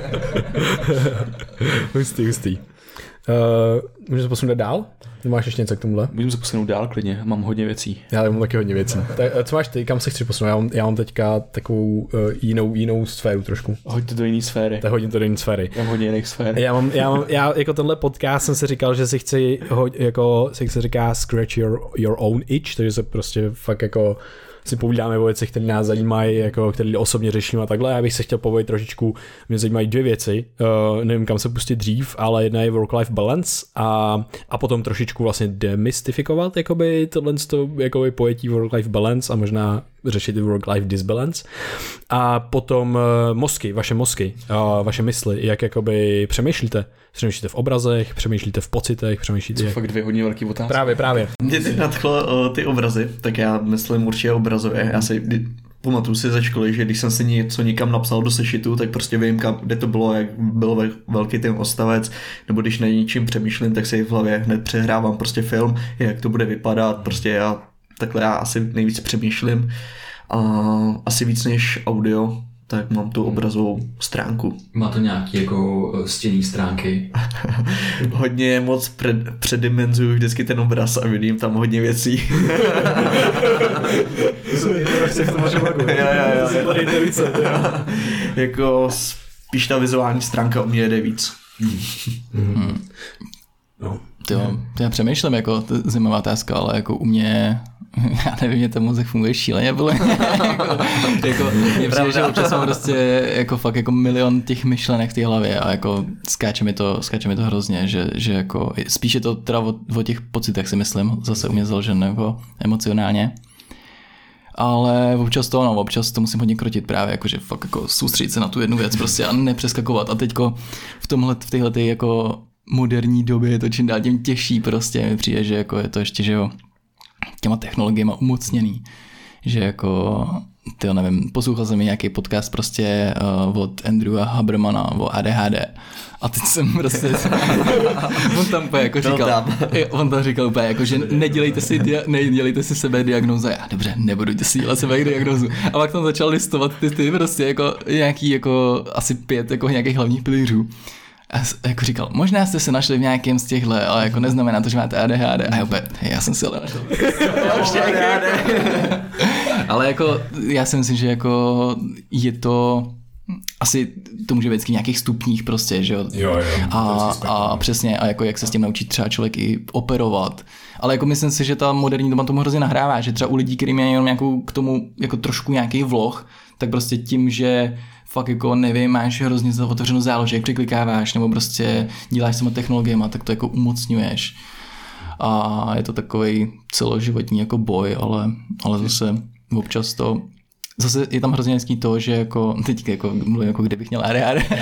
Hustý. Můžeme se posunout dál? Máš ještě něco k tomuhle? Můžeme se posunout dál klidně, mám hodně věcí. Já mám taky hodně věcí. Tak, co máš ty, kam se chceš posunout? Já mám teďka takovou jinou sféru trošku. Hoď to do jiné sféry. Tak hodím to do jiné sféry. Já mám hodně jiných sfér. Já jako tenhle podcast jsem si říkal, že si chci, jako se říká scratch your own itch, takže se prostě fakt jako si povídáme o věcech, které nás zajímají, jako, které osobně řešíme a takhle. Já bych se chtěl povědět trošičku, mě zajímají dvě věci, nevím kam se pustit dřív, ale jedna je work-life balance a potom trošičku vlastně demystifikovat jakoby tohle jakoby pojetí work-life balance a možná řešit work-life disbalance. A potom vaše mozky, vaše mysli, jak jakoby přemýšlíte v obrazech, přemýšlíte v pocitech, přemýšlíte... To fakt dvě hodně velký otázky. Právě. Mě teď nadchlo ty obrazy, tak já myslím určitě obrazově. Já si pamatuju si ze školy, že když jsem si něco někam napsal do sešitu, tak prostě vím, kde to bylo, jak byl velký ten odstavec, nebo když na něčím přemýšlím, tak si v hlavě hned přehrávám prostě film, jak to bude vypadat, prostě já asi nejvíc přemýšlím a asi víc než audio, tak mám tu obrazovou stránku. Má to nějaký jako stěnný stránky? Hodně moc předimenzuju vždycky ten obraz a vidím tam hodně věcí. Jako spíš ta vizuální stránka u mě jede víc. No. Já přemýšlím, jako to je zajímavá otázka, ale jako u mě, já nevím, mě ten mozek funguje šíleně, jako mě přijde, že občas mám prostě jako fakt jako milion těch myšlenek v té hlavě a jako skáče mi to hrozně, že jako spíš je to teda o těch pocitech si myslím, zase u mě založen jako emocionálně. Ale občas to musím hodně krotit právě, jakože fakt jako soustředit se na tu jednu věc prostě a nepřeskakovat a teďko v téhleté jako moderní době je to čím dál tím těžší prostě, mi přijde, že jako je to ještě, že jo, těma technologiemi umocněný, že jako, tyjo, nevím, poslouchal jsem nějaký podcast prostě od Andrewa Habermana o ADHD a teď jsem prostě, on tam úplně jako říkal, on tam říkal úplně jako, že nedělejte si sebe diagnózu, já dobře, nebudu si dělat sebe diagnózu, a pak tam začal listovat ty prostě jako nějaký jako asi 5 jako nějakých hlavních pilířů. A jako říkal, možná jste se našli v nějakém z těchhle, ale jako neznamená to, že máte ADHD. A já jsem si ale našel. Ale jako já si myslím, že jako je to asi to může být vždycky nějakých stupních prostě, že jo. A přesně, a jako jak se s tím naučí třeba člověk i operovat. Ale jako myslím si, že ta moderní doba tomu hrozně nahrává, že třeba u lidí, který mají jenom nějakou k tomu jako trošku nějaký vloh, tak prostě tím, že fakt jako nevím, máš hrozně otevřenou záložek, přiklikáváš nebo prostě děláš sama technologiemi, tak to jako umocňuješ. A je to takovej celoživotní jako boj, ale zase občas to zase je tam hrozně hezký to, že jako teď jako mluvím jako kdybych měl ADHD,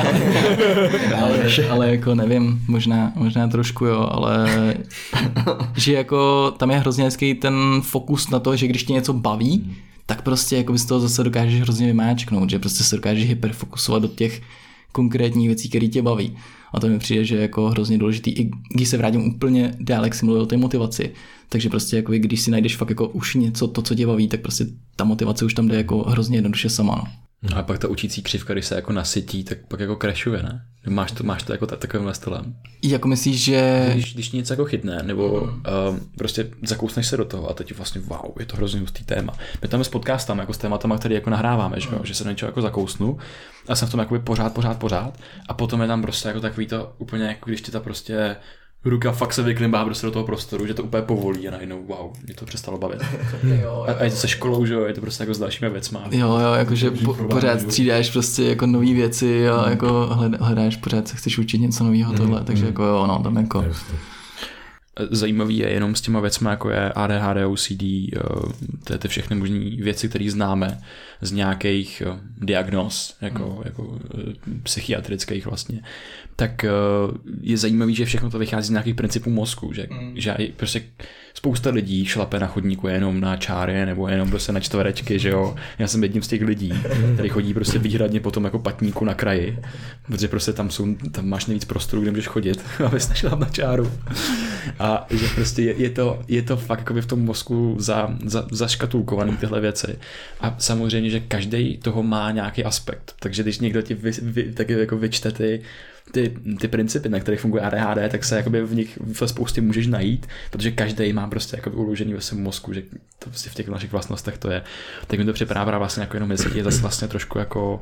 ale jako nevím, možná trošku jo, ale že jako tam je hrozně hezký ten fokus na to, že když tě něco baví, tak prostě jako by z toho zase dokážeš hrozně vymáčknout, že prostě se dokážeš hyperfokusovat do těch konkrétních věcí, které tě baví. A to mi přijde, že je jako hrozně důležitý, i když se vrátím úplně dál, jak jsi mluvil o té motivaci, takže prostě jako když si najdeš fakt jako už něco, to, co tě baví, tak prostě ta motivace už tam jde jako hrozně jednoduše sama. No. A pak ta učící křivka, když se jako nasytí, tak pak jako crashuje, ne? Máš to jako takovýmhle stylem. Jako myslíš, že... Když něco jako chytne, nebo prostě zakousneš se do toho a teď vlastně wow, je to hrozně hustý téma. My tam s podcastama, jako s tématama, který jako nahráváme, že se do něčeho jako zakousnu a jsem v tom jakoby pořád a potom je tam prostě jako takový to úplně jako když ti ta prostě ruka fakt se vyklimbá prostě do toho prostoru, že to úplně povolí a najednou wow, mě to přestalo bavit. A je to se školou, že jo, je to prostě jako s dalšími věcma. Jo, jakože pořád střídáš prostě jako nový věci a jako hledáš pořád se chceš učit něco nového tohle, takže jako jo, no, tam jako... Zajímavý je jenom s těma věcma, jako je ADHD, OCD, ty všechny možné věci, které známe z nějakých diagnóz, jako psychiatrických vlastně, tak je zajímavý, že všechno to vychází z nějakých principů mozku, že prostě spousta lidí šlape na chodníku jenom na čáry nebo jenom prostě na čtverečky, že jo. Já jsem jedním z těch lidí, který chodí prostě výhradně potom jako patníku na kraji, protože prostě tam máš nejvíc prostoru, kde můžeš chodit, abys nešlap na čáru. A že prostě je to fakt jako v tom mozku zaškatulkovaný tyhle věci. A samozřejmě, že každý toho má nějaký aspekt. Takže když někdo ti taky jako vyčte ty principy, na kterých funguje ADHD, tak se jakoby v nich ve spoustě můžeš najít, protože každý má prostě jako uložený ve svém mozku, že to prostě v těch našich vlastnostech to je. Tak mi to připadá vlastně jako jenom jestli je zase vlastně trošku jako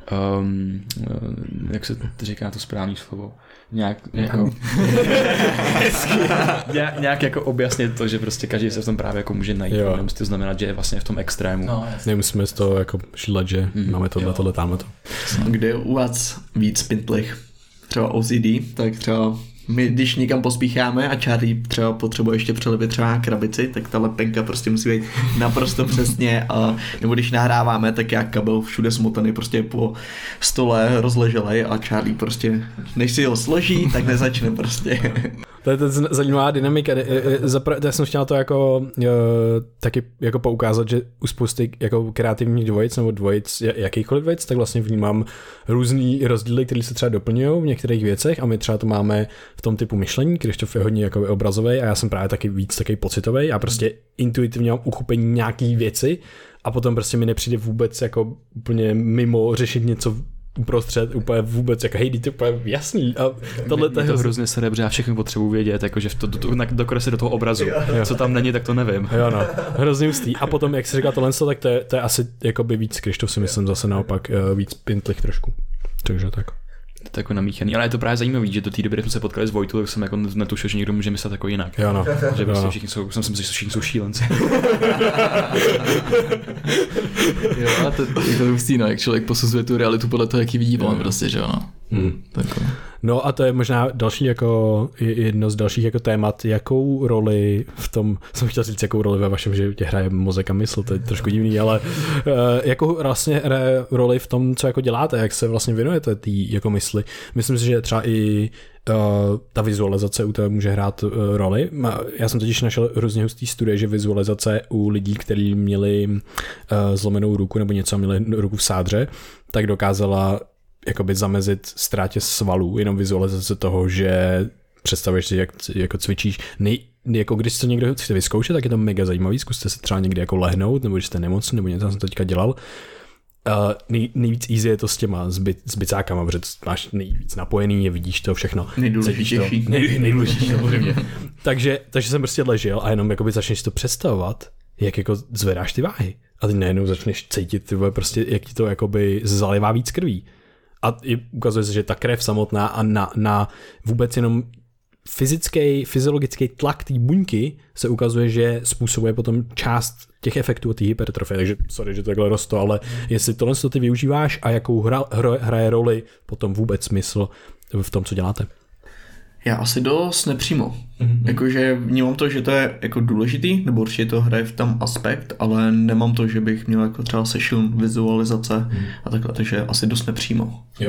jak se to říká to správný slovo, nějak jako objasnit to, že prostě každý se v tom právě jako může najít. Nemusí to znamenat, že je vlastně v tom extrému. No, nemusíme z toho jako šílet, že máme tohle, tamhle to. Kde je u vás víc pintlech? Třeba OCD, tak třeba my, když někam pospícháme a Charlie třeba potřebuje ještě přelepit třeba krabici, tak ta lepenka prostě musí být naprosto přesně a nebo když nahráváme, tak já kabel všude smotaný prostě po stole rozleželej a Charlie prostě, než si ho složí, tak nezačne prostě. To je zajímavá dynamika. Já jsem chtěl to jako taky jako poukázat, že u spousty jako kreativních dvojic nebo dvojic jakýchkoliv dvojic, tak vlastně vnímám různý rozdíly, které se třeba doplňují v některých věcech a my třeba to máme v tom typu myšlení, když to je hodně jako obrazový a já jsem právě taky víc takový pocitový a prostě intuitivně mám uchopení nějaký věci a potom prostě mi nepřijde vůbec jako úplně mimo řešit něco uprostřed, úplně vůbec, jako hej, to je úplně jasný. A tohle je to hrozně serebře, já všechno potřebuji vědět, jakože dokreslit do toho obrazu. Co tam není, tak to nevím. Jo, no, hrozně ústý. A potom, jak jsi říkal tohle, tak to je asi jakoby víc Krištof, si myslím zase naopak víc pintlich trošku. Takže tak. To je jako namíchaný, ale je to právě zajímavý, že do té doby, když jsme se potkali s Vojtou, tak jsem jako netušil, že někdo může myslet jako jinak. Jo, no. Že prostě všichni jsou, jsem si myslel, že všichni jsou šílenci. Jo, a to je hustý, no, jak člověk posuzuje tu realitu podle toho, jaký vidí on prostě, že jo, no. Tak. No a to je možná další jako jedno z dalších jako témat, jakou roli v tom, jsem chtěl říct, jakou roli ve vašem životě hraje mozek a mysl, to je trošku divný, ale jakou vlastně hraje roli v tom, co jako děláte, jak se vlastně věnujete té jako mysli. Myslím si, že třeba i ta vizualizace u toho může hrát roli. Já jsem totiž našel hrozně hustý studie, že vizualizace u lidí, kteří měli zlomenou ruku nebo něco měli ruku v sádře, tak dokázala jakoby zamezit ztrátě svalů, jenom vizualizace toho, že představuješ si, jak jako cvičíš. Jako když to někdo chce vyzkoušet, tak je to mega zajímavý, zkuste se třeba někdy jako lehnout, nebo když jste nemocný, nebo něco jsem to teďka dělal. Nejvíc easy je to s těma zbicákama, protože máš nejvíc napojený, je vidíš to všechno. Nejdůležitější. Nejdůležitější, samozřejmě. takže jsem prostě ležel a jenom jakoby začneš to představovat, jak jako zvedáš ty váhy. A teď najednou začneš cítit, prostě, jak ti to jakoby zalivá víc krví. A ukazuje se, že ta krev samotná a na vůbec jenom fyziologický tlak té buňky se ukazuje, že způsobuje potom část těch efektů té hypertrofie. Takže sorry, že to takhle rosto, ale jestli tohle ty využíváš a jakou hraje roli potom vůbec smysl v tom, co děláte? Já asi dost nepřímo. Jakože vnímám to, že to je jako důležitý, nebo určitě to hraje v tam aspekt, ale nemám to, že bych měl jako třeba session vizualizace a takhle, takže asi dost nepřímo. Jo.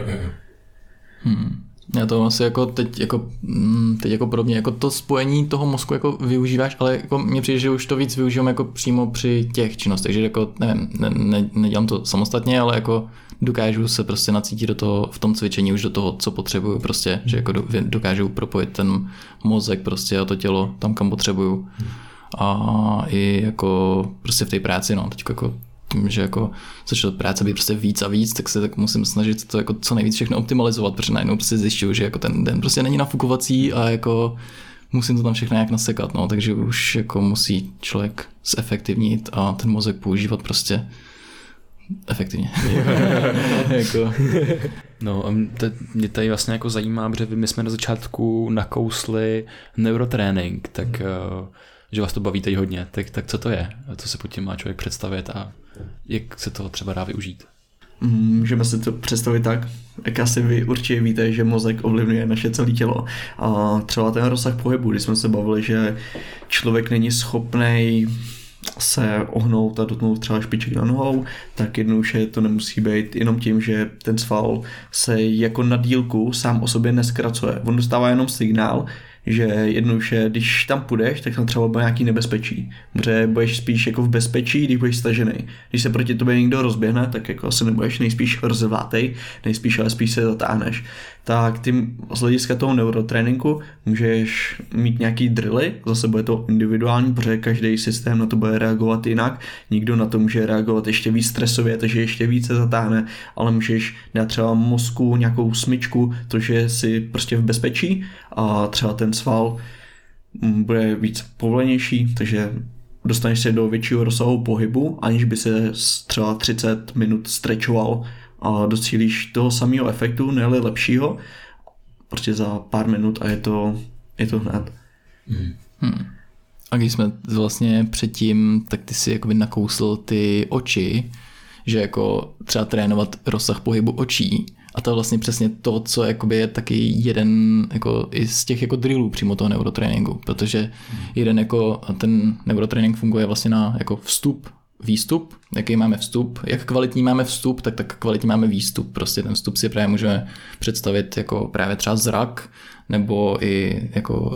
Já to asi jako teď jako podobně, jako to spojení toho mozku jako využíváš, ale jako mně přijde, že už to víc využívám jako přímo při těch činnostech, že jako nevím, nedělám to samostatně, ale jako dokážu se prostě nacítit do toho, v tom cvičení už do toho, co potřebuju prostě, že jako dokážu propojit ten mozek prostě a to tělo tam, kam potřebuju. A i jako prostě v té práci, no, teď jako tím, že jako začala práce být prostě víc a víc, tak se tak musím snažit to jako co nejvíc všechno optimalizovat, protože najednou prostě zjišťuju, že jako ten den prostě není nafukovací a jako musím to tam všechno nějak nasekat, no, takže už jako musí člověk zefektivnit a ten mozek používat prostě efektivně. Jako. No a mě tady vlastně jako zajímá, protože my jsme na začátku nakousli neurotrénink, tak že vás to baví teď hodně, tak co to je? A co se pod tím má člověk představit a jak se to třeba dá využít? Můžeme si to představit tak, jak asi vy určitě víte, že mozek ovlivňuje naše celé tělo. A třeba ten rozsah pohybu, když jsme se bavili, že člověk není schopný se ohnout a dotknout třeba špiček na nohou, tak jednoduše to nemusí být jenom tím, že ten sval se jako na dílku sám o sobě neskracuje. On dostává jenom signál, že jednoduše, když tam půjdeš, tak tam třeba bude nějaký nebezpečí. Protože budeš spíš jako v bezpečí, když budeš stažený. Když se proti tobě někdo rozběhne, tak jako asi nebudeš nejspíš rozvlátej, nejspíš, ale spíš se zatáhneš. Tak ty z hlediska toho neurotréninku můžeš mít nějaký drily, zase bude to individuální, protože každý systém na to bude reagovat jinak. Nikdo na to může reagovat ještě víc stresově, takže ještě více zatáhne, ale můžeš dát třeba mozku nějakou smyčku, to, že jsi prostě v bezpečí a třeba ten sval bude víc povolenější, takže dostaneš se do většího rozsahu pohybu, aniž by se třeba 30 minut stretchoval a docílíš toho samého efektu, ne-li lepšího, prostě za pár minut a je to hned. A když jsme vlastně předtím, tak ty si jakoby nakousl ty oči, že jako třeba trénovat rozsah pohybu očí, a to je vlastně přesně to, co jakoby je taky jeden jako i z těch jako drillů přímo toho neurotréninku, protože jeden jako ten neurotrénink funguje vlastně na jako vstup, výstup, jaký máme vstup, jak kvalitní máme vstup, tak kvalitní máme výstup. Prostě ten vstup si právě můžeme představit jako právě třeba zrak, nebo i jako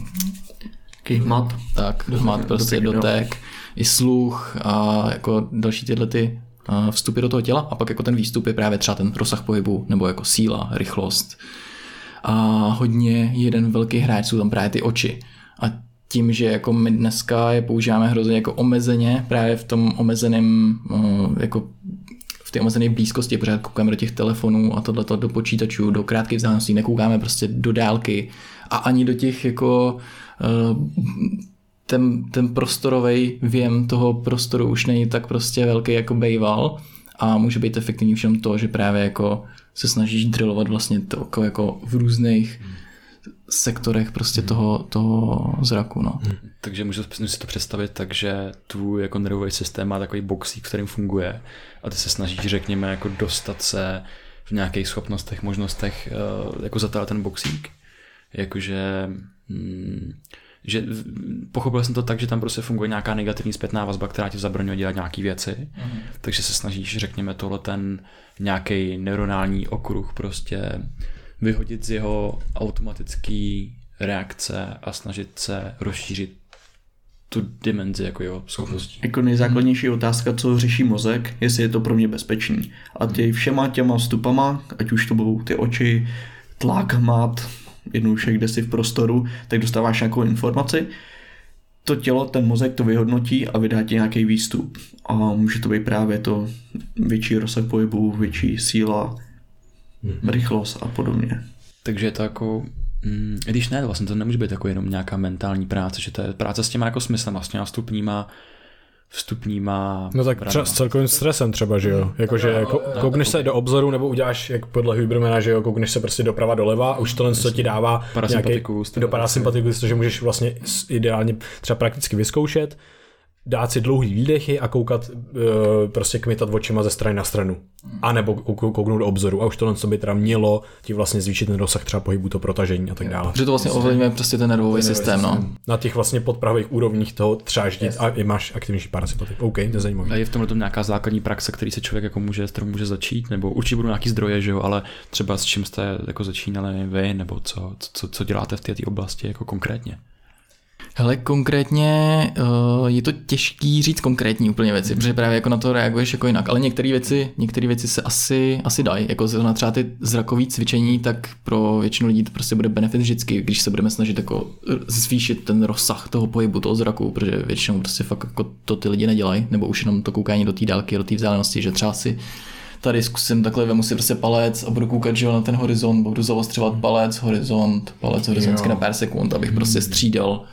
hmat. Tak, hmat, prostě dotek, i sluch a jako další tyhle ty vstupy do toho těla a pak jako ten výstup je právě třeba ten rozsah pohybu nebo jako síla, rychlost. A hodně jeden velký hráč jsou tam právě ty oči. A tím, že jako my dneska je používáme hrozně jako omezeně, právě v tom omezeném jako v té omezené blízkosti, protože koukáme do těch telefonů a tohleto do počítačů, do krátkých vzdáleností, nekoukáme prostě do dálky a ani do těch jako ten prostorový věm toho prostoru už není tak prostě velký jako bejval a může být efektivní všem to, že právě jako se snažíš drillovat vlastně to jako v různých sektorech prostě toho zraku, no. Takže můžu si to představit tak, že tvůj jako nervový systém má takový boxík, v kterým funguje a ty se snažíš, řekněme, jako dostat se v nějakých schopnostech, možnostech jako zatáhnout ten boxík. Jakože že pochopil jsem to tak, že tam prostě funguje nějaká negativní zpětná vazba, která ti zabraňuje dělat nějaký věci, takže se snažíš, řekněme, tohle ten nějaký neuronální okruh prostě vyhodit z jeho automatický reakce a snažit se rozšířit tu dimenzi jako jeho schopností. Jako nejzákladnější otázka, co řeší mozek, jestli je to pro mě bezpečný. A všema těma vstupama, ať už to budou ty oči, tlak, mat, jednoduše kde jsi v prostoru, tak dostáváš nějakou informaci. To tělo, ten mozek to vyhodnotí a vydá ti nějaký výstup. A může to být právě to větší rozsah pohybu, větší síla, rychlost a podobně. Takže je to jako, když ne, vlastně to nemůže být jako jenom nějaká mentální práce, že to je práce s těma jako smyslem, vlastně a vstupníma. No tak třeba s celkovým stresem třeba, že jo? Jakože koukneš se do obzoru nebo uděláš, jak podle Hubermana, že jo, koukneš se prostě doprava doleva a už tohle co ti dává do parasympatiku, že můžeš vlastně ideálně třeba prakticky vyzkoušet, dát si dlouhý výdechy a koukat, prostě kmitat očima ze strany na stranu. A nebo kouknout do obzoru. A už tohle co by teda mělo ti vlastně zvýšit ten rozsah třeba pohybu, to protažení a tak dále. Protože to vlastně ovlivňuje prostě ten nervový systém, no. Na těch vlastně podprahových úrovních toho třáždit a i máš aktivnější parasympatiku. OK, to je zajímavé. A je v tomhle tom nějaká základní praxe, který se člověk jako může začít, nebo určitě budou nějaký zdroje, že jo, ale třeba s čím jste jako začínali vy, nebo co děláte v této oblasti jako konkrétně? Hele, konkrétně je to těžký říct konkrétní úplně věci, protože právě jako na to reaguješ jako jinak, ale některé věci se asi dají, jako na třeba ty zrakové cvičení, tak pro většinu lidí to prostě bude benefit vždycky, když se budeme snažit jako zvýšit ten rozsah toho pohybu, toho zraku, protože většinou prostě fakt jako to ty lidi nedělají, nebo už jenom to koukání do té dálky, do té vzdálenosti, že třeba si tady zkusím takhle, vemu si prostě palec a budu koukat, že jo, na ten horizont, budu zaostřovat palec, horizont na pár sekund, abych prostě střídal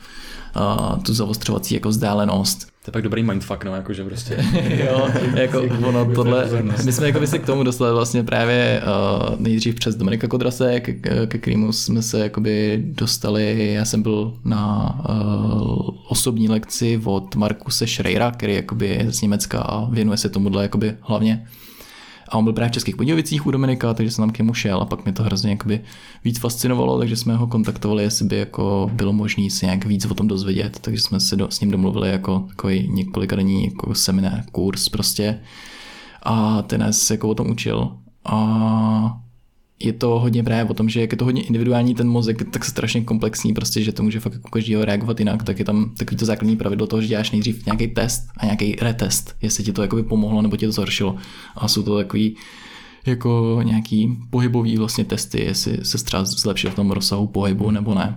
tu zaostřovací jako vzdálenost. To je pak dobrý mindfuck, no, jakože prostě. Jo, jako ono tohle, my jsme jako se k tomu dostali vlastně právě nejdřív přes Dominika Kodrase, ke kterému jsme se jakoby dostali, já jsem byl na osobní lekci od Markuse Schreiera, který jakoby je z Německa a věnuje se tomuhle jakoby hlavně. A on byl právě v Českých Budějovicích u Dominika, takže jsem tam k němu šel a pak mě to hrozně jakoby víc fascinovalo, takže jsme ho kontaktovali, jestli by jako bylo možné si nějak víc o tom dozvědět, takže jsme se s ním domluvili jako takový několikadenní jako seminář, kurz prostě a ten nás jako o tom učil a je to hodně právě o tom, že jak je to hodně individuální ten mozek, tak strašně komplexní prostě, že to může fakt jako každýho reagovat jinak, tak je tam takový to základní pravidlo toho, že děláš nejdřív nějaký test a nějaký retest, jestli ti to jakoby pomohlo nebo ti to zhoršilo. A jsou to takový jako nějaký pohybový vlastně testy, jestli se třeba zlepšil v tom rozsahu pohybu nebo ne.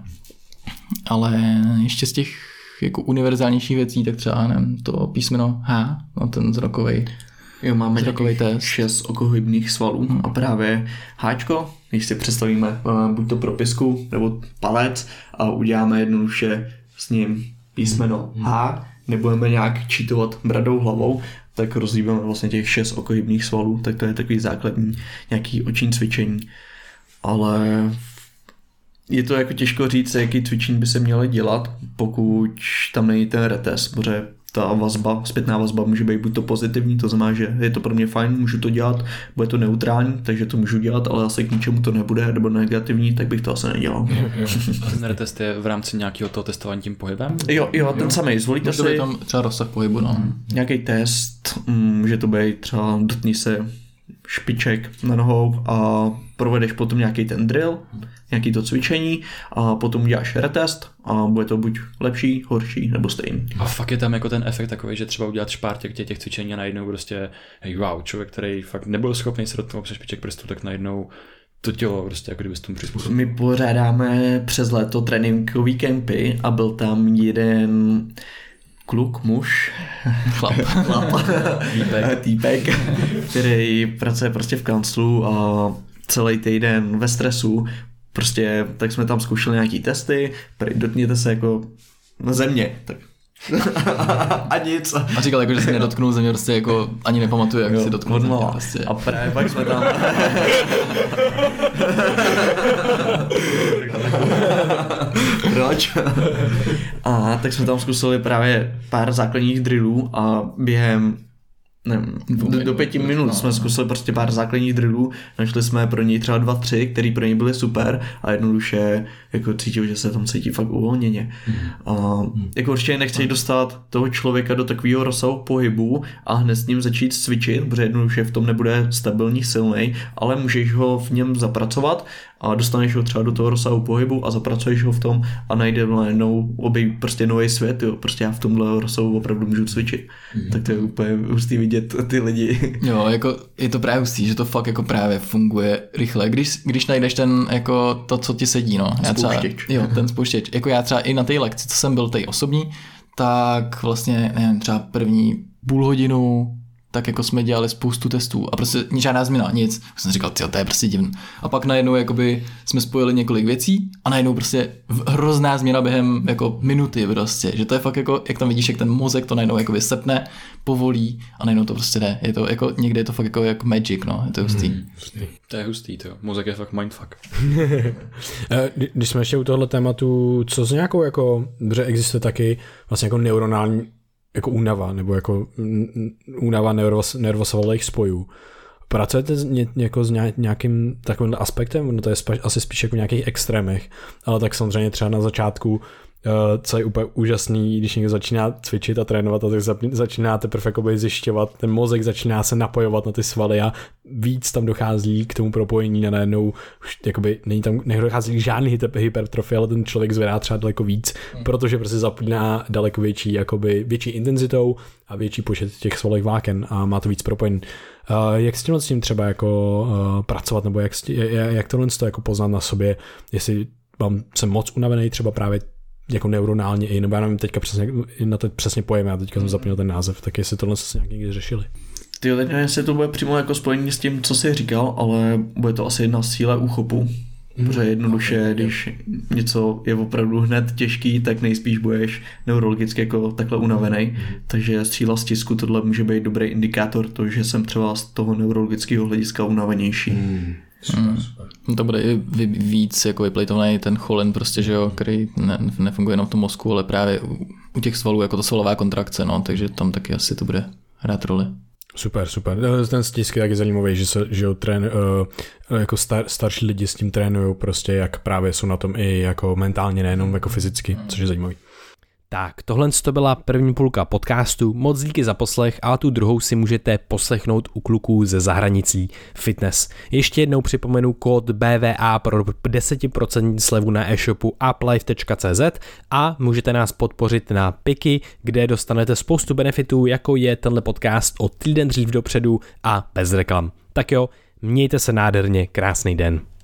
Ale ještě z těch jako univerzálnějších věcí, tak třeba nevím, to písmeno H, no ten zrakovej. Jo, máme takový 6 okohybných svalů a právě háčko, když si představíme buď to propisku nebo palec a uděláme jednoduše s ním písmeno H, nebudeme nějak čítovat bradou hlavou, tak rozhýbáme vlastně těch 6 okohybných svalů, tak to je takový základní nějaký oční cvičení. Ale je to jako těžko říct, jaký cvičení by se měly dělat, pokud tam není ten retest, protože ta vazba, zpětná vazba může být buď to pozitivní, to znamená, že je to pro mě fajn, můžu to dělat, bude to neutrální, takže to můžu dělat, ale asi k ničemu to nebude, nebo negativní, tak bych to asi nedělal. A ten retest je v rámci nějakého toho testování tím pohybem? Jo, ten samý, zvolíte si. To tam třeba rozsah pohybu, no. Nějaký test, může to být třeba dotkni se špiček na nohou a provedeš potom nějaký ten drill, nějaký to cvičení a potom uděláš retest a bude to buď lepší, horší nebo stejný. A fakt je tam jako ten efekt takový, že třeba udělat špár těch cvičení a najednou prostě hey, wow, člověk, který fakt nebyl schopný se dotknout přes špiček prstů, tak najednou to tělo prostě jako kdyby se tomu přizpůsobil. My pořádáme přes léto tréninkový kempy a byl tam jeden kluk, muž, chlap, týpek, který pracuje prostě v kanclu a celý týden ve stresu, prostě tak jsme tam zkoušeli nějaký testy, dotkněte se jako na země, tak a nic. A říkal jako, že si nedotknul země, prostě jako ani nepamatuju, jak si dotknul země. Prostě. A právě pak jsme tam proč? A tak jsme tam zkusili právě pár základních drillů a během do 5 minut jsme zkusili prostě pár základních drillů, našli jsme pro něj třeba 2-3, který pro něj byly super a jednoduše jako cítil, že se tam cítí fakt uvolněně. A jako určitě nechceš dostat toho člověka do takového rozsahu pohybu a hned s ním začít cvičit, protože jednoduše v tom nebude stabilní, silnej, ale můžeš ho v něm zapracovat a dostaneš ho třeba do toho rozsahu pohybu a zapracuješ ho v tom a najde najednou prostě nový svět, jo. Prostě já v tomhle rozsahu opravdu můžu cvičit. Tak to je úplně hustý vidět ty lidi. Jo, jako je to právě hustý, že to fakt jako právě funguje rychle, když najdeš ten jako to, co ti sedí, no. Spouštěč. Jo, ten spouštěč. Jako já třeba i na té lekci, co jsem byl tej osobní, tak vlastně, nevím, třeba první půl hodinu tak jako jsme dělali spoustu testů a prostě žádná změna, nic. Jsem říkal, to je prostě divný. A pak najednou jakoby jsme spojili několik věcí a najednou prostě hrozná změna během jako minuty prostě, že to je fakt jako, jak tam vidíš, jak ten mozek to najednou jakoby sepne, povolí a najednou to prostě jde. Je to jako, někde je to fakt jako magic, no, je to hustý. To je hustý, to. Mozek je fakt mindfuck. Když jsme ještě u tohle tématu, co s nějakou jako, protože existuje taky vlastně jako neuronální jako únava, nebo jako únava nervosvalových spojů. Pracujete jako s nějakým takovým aspektem? No to je asi spíš jako v nějakých extrémech, ale tak samozřejmě třeba na začátku, co je úplně úžasný, když někdo začíná cvičit a trénovat, a tak začíná teprve zjišťovat, ten mozek začíná se napojovat na ty svaly a víc tam dochází k tomu propojení a najednou už jakoby nedochází k žádný hypertrofie, ale ten člověk zvedá třeba daleko víc, protože prostě zapíná daleko větší intenzitou a větší počet těch svalových vláken a má to víc propojení. Jak s tím třeba jako pracovat, nebo jak tohle jako poznat na sobě, jestli jsem moc unavený třeba právě jako neuronálně i, nebo já nevím teďka přesně, na to přesně pojem, já teďka jsem zapomněl ten název, tak jestli tohle se nějak někdy řešili. Ty teď nevím, jestli to bude přímo jako spojení s tím, co jsi říkal, ale bude to asi jedna síla úchopu. Protože jednoduše, když něco je opravdu hned těžký, tak nejspíš budeš neurologicky jako takhle unavený. Takže síla stisku, tohle může být dobrý indikátor toho, že jsem třeba z toho neurologického hlediska unavenější. To bude i víc jako vyplejtovaný ten cholen prostě, že jo, který nefunguje jenom v tom mozku, ale právě u těch svalů jako to svalová kontrakce, no, takže tam taky asi to bude hrát roli. Super. Ten stisk je taky zajímavý, že jako starší lidi s tím trénují prostě, jak právě jsou na tom i jako mentálně, nejenom jako fyzicky, což je zajímavý. Tak, tohle to byla první půlka podcastu, moc díky za poslech a tu druhou si můžete poslechnout u kluků ze zahranicí Fitness. Ještě jednou připomenu kód BVA pro 10% slevu na e-shopu uplife.cz a můžete nás podpořit na Piky, kde dostanete spoustu benefitů, jako je tenhle podcast o týden dřív dopředu a bez reklam. Tak jo, mějte se nádherně, krásný den.